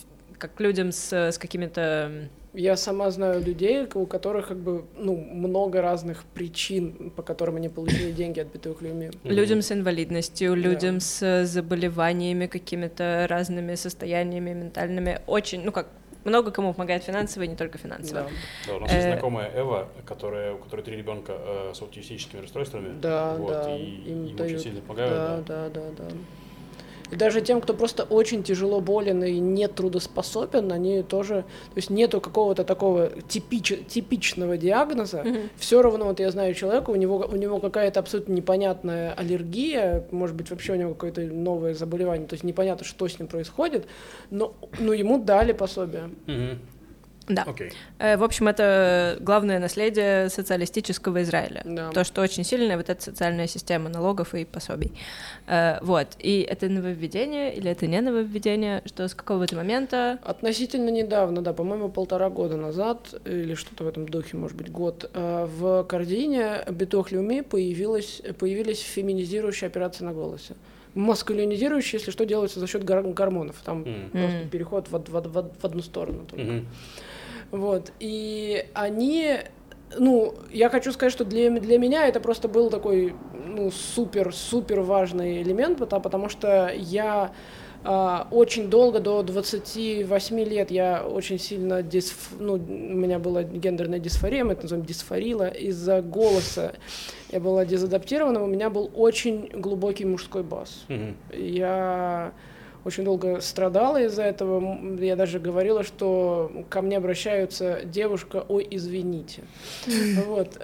как людям с, с какими-то... Я сама знаю людей, у которых как бы, ну, много разных причин, по которым они получили деньги от битых люми. Людям с инвалидностью, людям Да. с заболеваниями, какими-то разными состояниями ментальными. Очень, ну как, много кому помогает финансово, и не только финансово. Да. Да, у нас есть Э, знакомая Эва, которая, у которой три ребенка э, с аутистическими расстройствами. Да, вот, да, и им им дают. очень сильно помогают. Да, Да. да, да, да. И даже тем, кто просто очень тяжело болен и не трудоспособен, они тоже, то есть нету какого-то такого типич, типичного диагноза. Мгм. Все равно, вот я знаю человека, у него, у него какая-то абсолютно непонятная аллергия, может быть, вообще у него какое-то новое заболевание, то есть непонятно, что с ним происходит, но, но ему дали пособие. Мгм. Да. Окей. Э, В общем, это главное наследие социалистического Израиля. Да. То, что очень сильная вот эта социальная система налогов и пособий. Э, Вот. И это нововведение или это не нововведение, что с какого-то момента... Относительно недавно, да, по-моему, полтора года назад, или что-то в этом духе, может быть, год, э, в Кардине Битох Леуми появилась, появились феминизирующие операции на голосе. Маскулинизирующие, если что, делаются за счет гор- гормонов. Там Мгм. просто Мгм. переход в, од- в, од- в од- в одну сторону только. Мгм. Вот. И они, ну, я хочу сказать, что для, для меня это просто был такой, ну, супер-супер важный элемент, потому, потому что я а, очень долго, до двадцати восьми лет, я очень сильно, дисф, ну, у меня была гендерная дисфория, мы это называем дисфорила, из-за голоса. Я была дезадаптирована, у меня был очень глубокий мужской бас. Мгм. Я очень долго страдала из-за этого. М, Я даже говорила, что ко мне обращаются: девушка, ой, извините. Вот.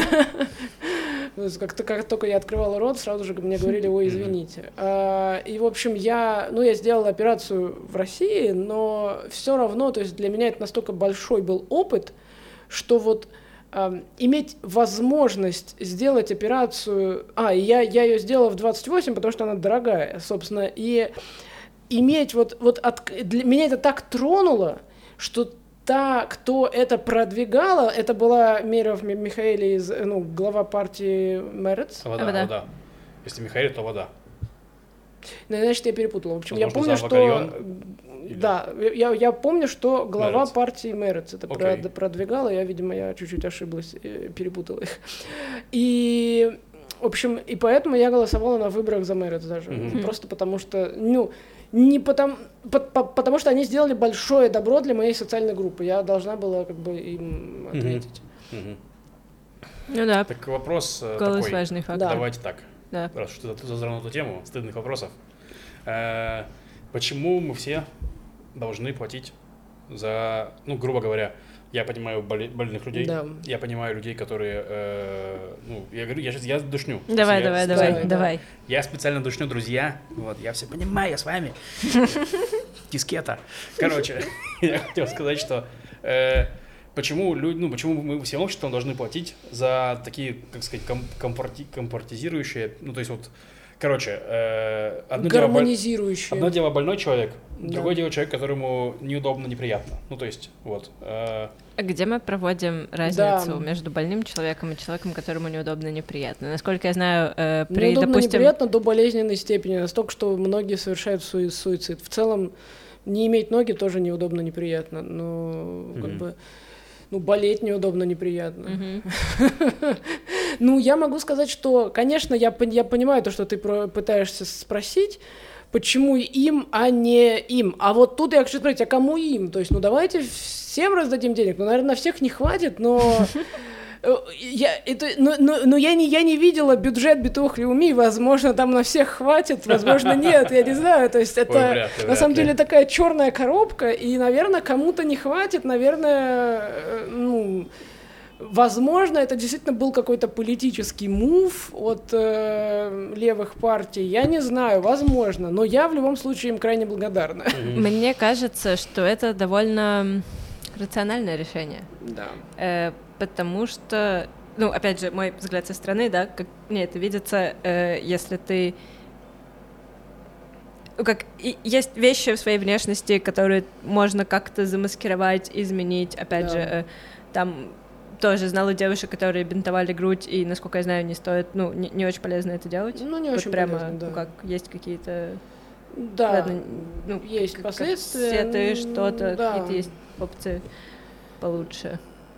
То есть Как, как только я открывала рот, сразу же мне говорили: ой, извините. А, И, в общем, я, ну, я сделала операцию в России, но все равно, то есть для меня это настолько большой был опыт, что вот ам, иметь возможность сделать операцию... А, и я, я ее сделала в двадцать восемь, потому что она дорогая, собственно, и иметь вот... вот от, для меня это так тронуло, что та, кто это продвигала, это была Меров Ми- Михаэли, из, ну, глава партии Мерец. Вода, Вода. вода. Если Михаил, то вода. Ну, значит, я перепутала. В общем, я Возможно, помню, Зава что... Гальон? Или- Да, я, я помню, что глава Мерец. партии Мерец это Окей. прод- продвигала. Я, видимо, я чуть-чуть ошиблась, э, перепутала их. И, в общем, и поэтому я голосовала на выборах за Мерец даже. Мгм. Просто потому что, ну, не потому, по- по- потому что они сделали большое добро для моей социальной группы. Я должна была как бы им Мгм. ответить. Мгм. Ну да, Так вопрос э, голос такой. важный факт. Да. Давайте так. Да. Раз что ты затронул эту тему стыдных вопросов. Э, Почему мы все должны платить за, ну, грубо говоря, я понимаю боли- больных людей, Да. я понимаю людей, которые, э, ну, я говорю, я сейчас я душню. Давай, Я давай, специально- давай, да. давай. Я специально душню, друзья. Вот, я все понимаю, я с вами. Дискета. Короче, я хотел сказать, что э, почему люди, ну, почему мы всем обществом должны платить за такие, как сказать, ком- комфорти- комфортизирующие, ну, то есть вот, короче, э, одно дело, боль- Гармонизирующие. одно дело больной человек, Да. другое дело человек, которому неудобно, неприятно. Ну, то есть, вот. э, А где мы проводим разницу между больным человеком и человеком, которому неудобно и неприятно? Насколько я знаю, э, при, Неудобно, допустим... неприятно до болезненной степени, настолько, что многие совершают суи- суицид. В целом, не иметь ноги тоже неудобно, неприятно, но как Мгм. бы, ну, болеть неудобно, неприятно. Мгм. Ну, я могу сказать, что, конечно, я, пон- я понимаю то, что ты про- пытаешься спросить, почему им, а не им. А вот тут я хочу спросить, а кому им? То есть, ну, давайте всем раздадим денег. Ну, наверное, на всех не хватит, но... э, Я, это, но, но, но я, не, я не видела бюджет Битох Леуми, возможно, там на всех хватит, возможно, нет, я не знаю, то есть это Ой, вряд ли, на вряд самом ли. деле такая черная коробка, и, наверное, кому-то не хватит, наверное, э, ну, возможно, это действительно был какой-то политический мув от э, левых партий, я не знаю, возможно, но я в любом случае им крайне благодарна. Мне кажется, что это довольно рациональное решение. Да. Э, потому что, ну, опять же, мой взгляд со стороны, да, как мне это видится, э, если ты... Ну, как и- есть вещи в своей внешности, которые можно как-то замаскировать, изменить. Опять Да. же, э, там тоже знала девушек, которые бинтовали грудь, и, насколько я знаю, не стоит, ну, не, не очень полезно это делать. Ну, не Вот очень прямо, полезно, да. ну, как есть какие-то... Да, Ладно, ну, есть как, последствия. Как ты что-то, да. какие-то есть опции получше.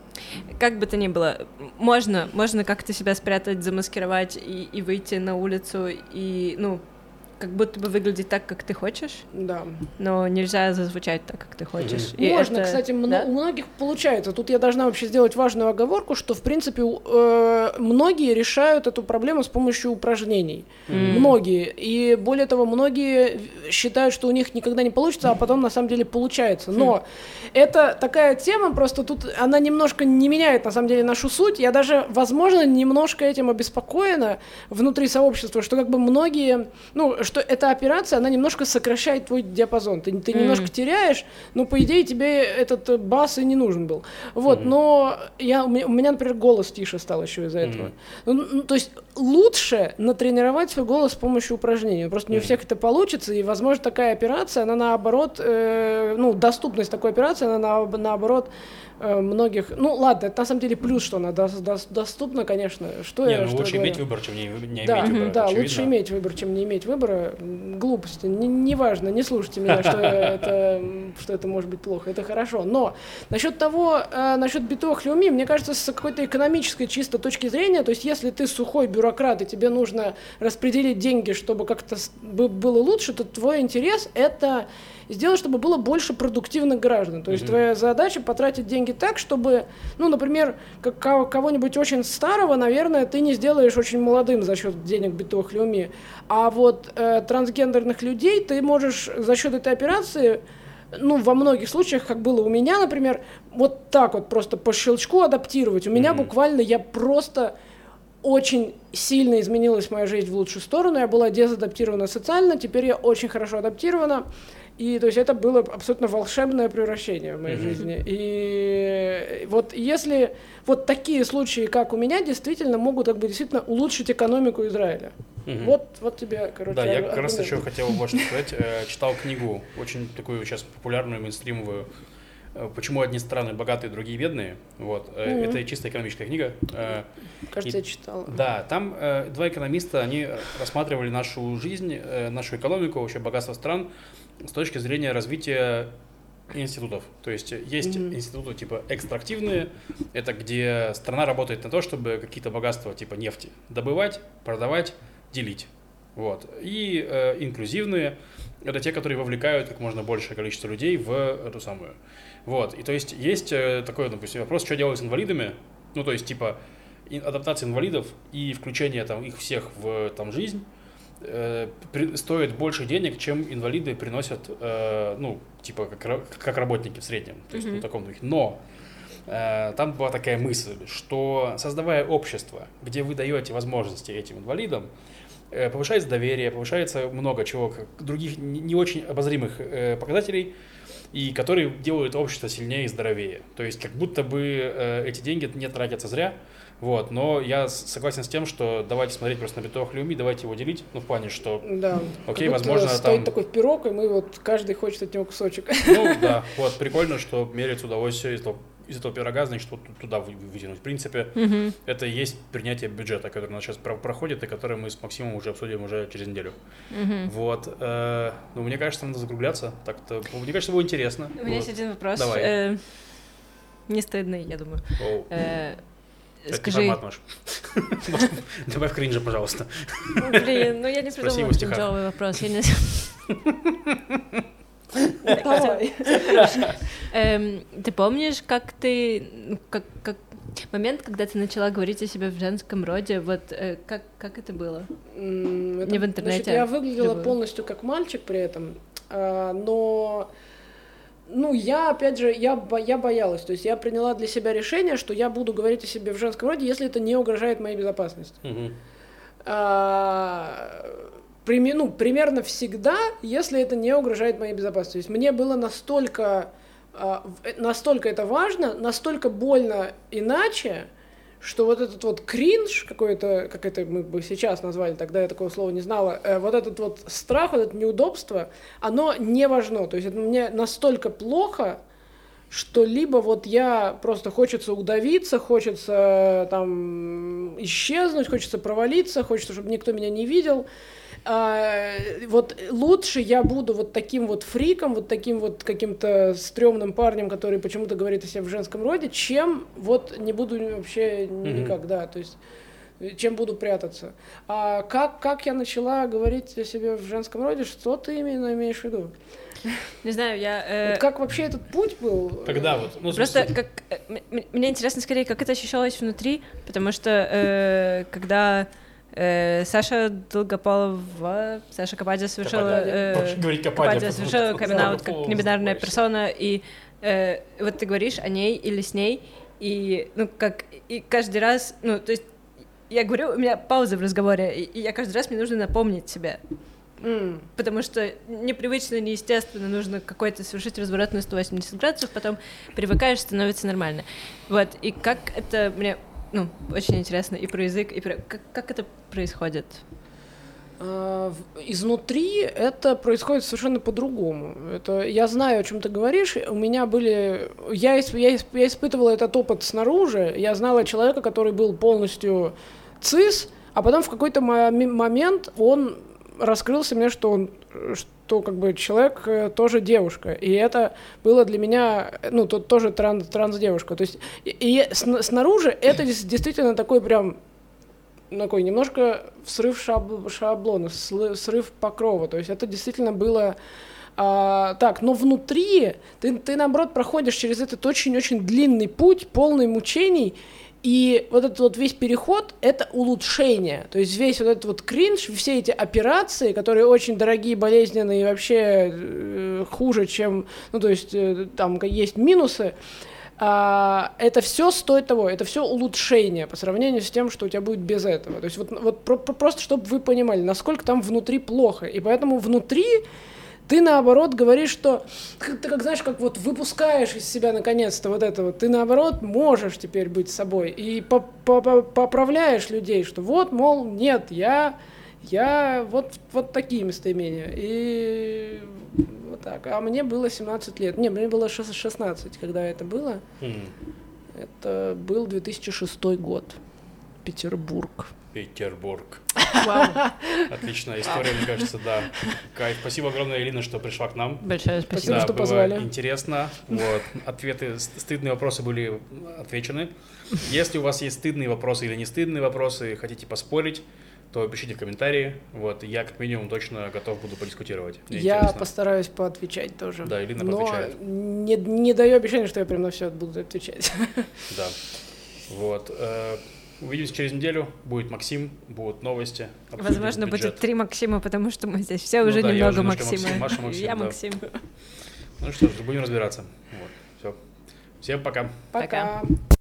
Как бы то ни было, можно, можно как-то себя спрятать, замаскировать и, и выйти на улицу и, ну, как будто бы выглядеть так, как ты хочешь, Да. но нельзя зазвучать так, как ты хочешь. И Можно, это... кстати, мно- да? у многих получается. Тут я должна вообще сделать важную оговорку, что, в принципе, э- многие решают эту проблему с помощью упражнений. Mm. Многие. И, более того, многие считают, что у них никогда не получится, а потом, на самом деле, получается. Но mm. это такая тема, просто тут она немножко не меняет, на самом деле, нашу суть. Я даже, возможно, немножко этим обеспокоена внутри сообщества, что как бы многие... ну что эта операция, она немножко сокращает твой диапазон. Ты, ты mm. немножко теряешь, но, по идее, тебе этот бас и не нужен был. Вот, mm. но я, у, меня, у меня, например, голос тише стал еще из-за этого. Mm. Ну, ну, то есть лучше натренировать свой голос с помощью упражнений. Просто mm. не у всех это получится, и, возможно, такая операция, она наоборот, э, ну, доступность такой операции, она на, наоборот многих... Ну, ладно, это на самом деле плюс, что она до, до, доступна, конечно. Что не, я, ну что лучше я иметь говорю? выбор, чем не, не да, иметь выбора, да, очевидно. лучше иметь выбор, чем не иметь выбора. Глупости. Неважно, не, не слушайте меня, что это, что это может быть плохо. Это хорошо. Но насчет того, насчет битовых леуми, мне кажется, с какой-то экономической чисто точки зрения, то есть если ты сухой бюрократ, и тебе нужно распределить деньги, чтобы как-то было лучше, то твой интерес — это сделать, чтобы было больше продуктивных граждан. То есть mm-hmm. твоя задача потратить деньги так, чтобы, ну, например, как кого-нибудь очень старого, наверное, ты не сделаешь очень молодым за счет денег битовых леуми. А вот э, трансгендерных людей ты можешь за счет этой операции, ну, во многих случаях, как было у меня, например, вот так вот просто по щелчку адаптировать. У mm-hmm. меня буквально я просто... очень сильно изменилась моя жизнь в лучшую сторону. Я была дезадаптирована социально, теперь я очень хорошо адаптирована. И то есть это было абсолютно волшебное превращение в моей mm-hmm. жизни. И вот если вот такие случаи, как у меня, действительно могут как бы действительно улучшить экономику Израиля. Mm-hmm. Вот, вот тебе, короче, да, я аргумент. как раз еще хотел больше сказать. Читал книгу, очень такую сейчас популярную, мейнстримовую, «Почему одни страны богатые, другие бедные». Вот. Mm-hmm. Это чисто экономическая книга. Кажется, и, я читала. Да, там э, два экономиста, они рассматривали нашу жизнь, э, нашу экономику, вообще богатство стран с точки зрения развития институтов. То есть есть mm-hmm. институты типа экстрактивные, это где страна работает на то, чтобы какие-то богатства типа нефти добывать, продавать, делить. Вот. И э, инклюзивные, это те, которые вовлекают как можно большее количество людей в эту самую. Вот. И то есть есть э, такой, допустим, вопрос, что делать с инвалидами, ну то есть типа адаптация инвалидов и включение там их всех в там жизнь э, при, стоит больше денег, чем инвалиды приносят, э, ну типа как, как работники в среднем, то есть mm-hmm. ну, в таком духе. Но э, там была такая мысль, что создавая общество, где вы даете возможности этим инвалидам, э, повышается доверие, повышается много чего, как других не, не очень обозримых э, показателей, и которые делают общество сильнее и здоровее. То есть как будто бы э, эти деньги не тратятся зря. Вот, но я согласен с тем, что давайте смотреть просто на битовых леуми, давайте его делить, ну, в плане, что, да. окей, как возможно, стоит там... такой пирог, и мы вот, каждый хочет от него кусочек. Ну, да, вот, прикольно, что меряется удовольствие из этого, из этого пирога, значит, вот туда вытянуть. В принципе, mm-hmm. это и есть принятие бюджета, который у нас сейчас проходит, и который мы с Максимом уже обсудим уже через неделю. Mm-hmm. Вот, э, ну, мне кажется, надо закругляться, так-то, мне кажется, было интересно. У меня есть один вопрос. Давай. Э, не стыдный, я думаю. Oh. Э, Это Скажи... не формат, Маш. Добавь кринжа, пожалуйста. Блин, ну я не придумала кринжовый вопрос. Я не... Давай. Ты помнишь, как ты... как момент, когда ты начала говорить о себе в женском роде, вот как, как это было? Не в интернете. Значит, я выглядела полностью как мальчик при этом, но... Ну, я, опять же, я, я боялась, то есть я приняла для себя решение, что я буду говорить о себе в женском роде, если это не угрожает моей безопасности. Uh-huh. А, прими, ну, примерно всегда, если это не угрожает моей безопасности. То есть мне было настолько, а, настолько это важно, настолько больно иначе, что вот этот вот кринж какой-то, как это мы бы сейчас назвали, тогда я такого слова не знала, э, вот этот вот страх, вот это неудобство, оно не важно. То есть это мне настолько плохо, что либо вот я просто хочется удавиться, хочется там исчезнуть, хочется провалиться, хочется, чтобы никто меня не видел. А, вот лучше я буду вот таким вот фриком, вот таким вот каким-то стрёмным парнем, который почему-то говорит о себе в женском роде, чем вот не буду вообще никак, mm-hmm. да, то есть чем буду прятаться. А как, как я начала говорить о себе в женском роде, что ты именно имеешь в виду? Не знаю, я... Э... Вот как вообще этот путь был? Тогда вот. Ну, Просто как, мне интересно скорее, как это ощущалось внутри, потому что э, когда... Саша Долгополова, Саша Кападзе совершила, э, Кападзе совершила камин-аут как небинарная персона, и э, вот ты говоришь о ней или с ней, и, ну, как, и каждый раз, ну, то есть я говорю, у меня пауза в разговоре, и, и я каждый раз мне нужно напомнить себе, mm. потому что непривычно, неестественно, нужно какой-то совершить разворот на сто восемьдесят градусов, потом привыкаешь, становится нормально. Вот, и как это мне... Ну, очень интересно и про язык, и про... Как, как это происходит? Изнутри это происходит совершенно по-другому. Это, я знаю, о чем ты говоришь. У меня были... Я, я, я испытывала этот опыт снаружи. Я знала человека, который был полностью цис, а потом в какой-то момент он раскрылся мне, что он... что как бы человек тоже девушка, и это было для меня, ну, тут тоже транс, транс-девушка, то есть и, и снаружи это действительно такой прям такой немножко срыв шаб, шаблона, срыв покрова, то есть это действительно было а, так, но внутри ты, ты наоборот проходишь через этот очень-очень длинный путь, полный мучений. И вот этот вот весь переход — это улучшение. То есть весь вот этот вот кринж, все эти операции, которые очень дорогие, болезненные и вообще э, хуже, чем... Ну, то есть э, там есть минусы. А, это все стоит того, это все улучшение по сравнению с тем, что у тебя будет без этого. То есть вот, вот про, про, просто чтобы вы понимали, насколько там внутри плохо. И поэтому внутри... Ты, наоборот, говоришь, что ты, как знаешь, как вот выпускаешь из себя наконец-то вот это вот, ты, наоборот, можешь теперь быть собой и поправляешь людей, что вот, мол, нет, я, я вот, вот такие местоимения. И вот так. А мне было семнадцать лет. Не, мне было шестнадцать, когда это было. Mm. Это был две тысячи шестой год. Петербург. Петербург. Вау. Отличная история, мне кажется, да. Кайф. Спасибо огромное, Элина, что пришла к нам. Большое спасибо, да, что было позвали. Интересно. Вот. Ответы, стыдные вопросы были отвечены. Если у вас есть стыдные вопросы или не стыдные вопросы, хотите поспорить, то пишите в комментарии. Вот. Я, как минимум, точно готов буду подискутировать. Мне я интересно. Постараюсь поотвечать тоже. Да, Элина но поотвечает. Не, не даю обещания, что я прям на все буду отвечать. Да. Вот. Увидимся через неделю. Будет Максим, будут новости. Возможно, бюджет. будет три Максима, потому что мы здесь все ну уже да, немного уже Максима. Максим, Маша, Максим, я да. Максим. Ну что ж, будем разбираться. Вот. Все. Всем пока. Пока. Пока.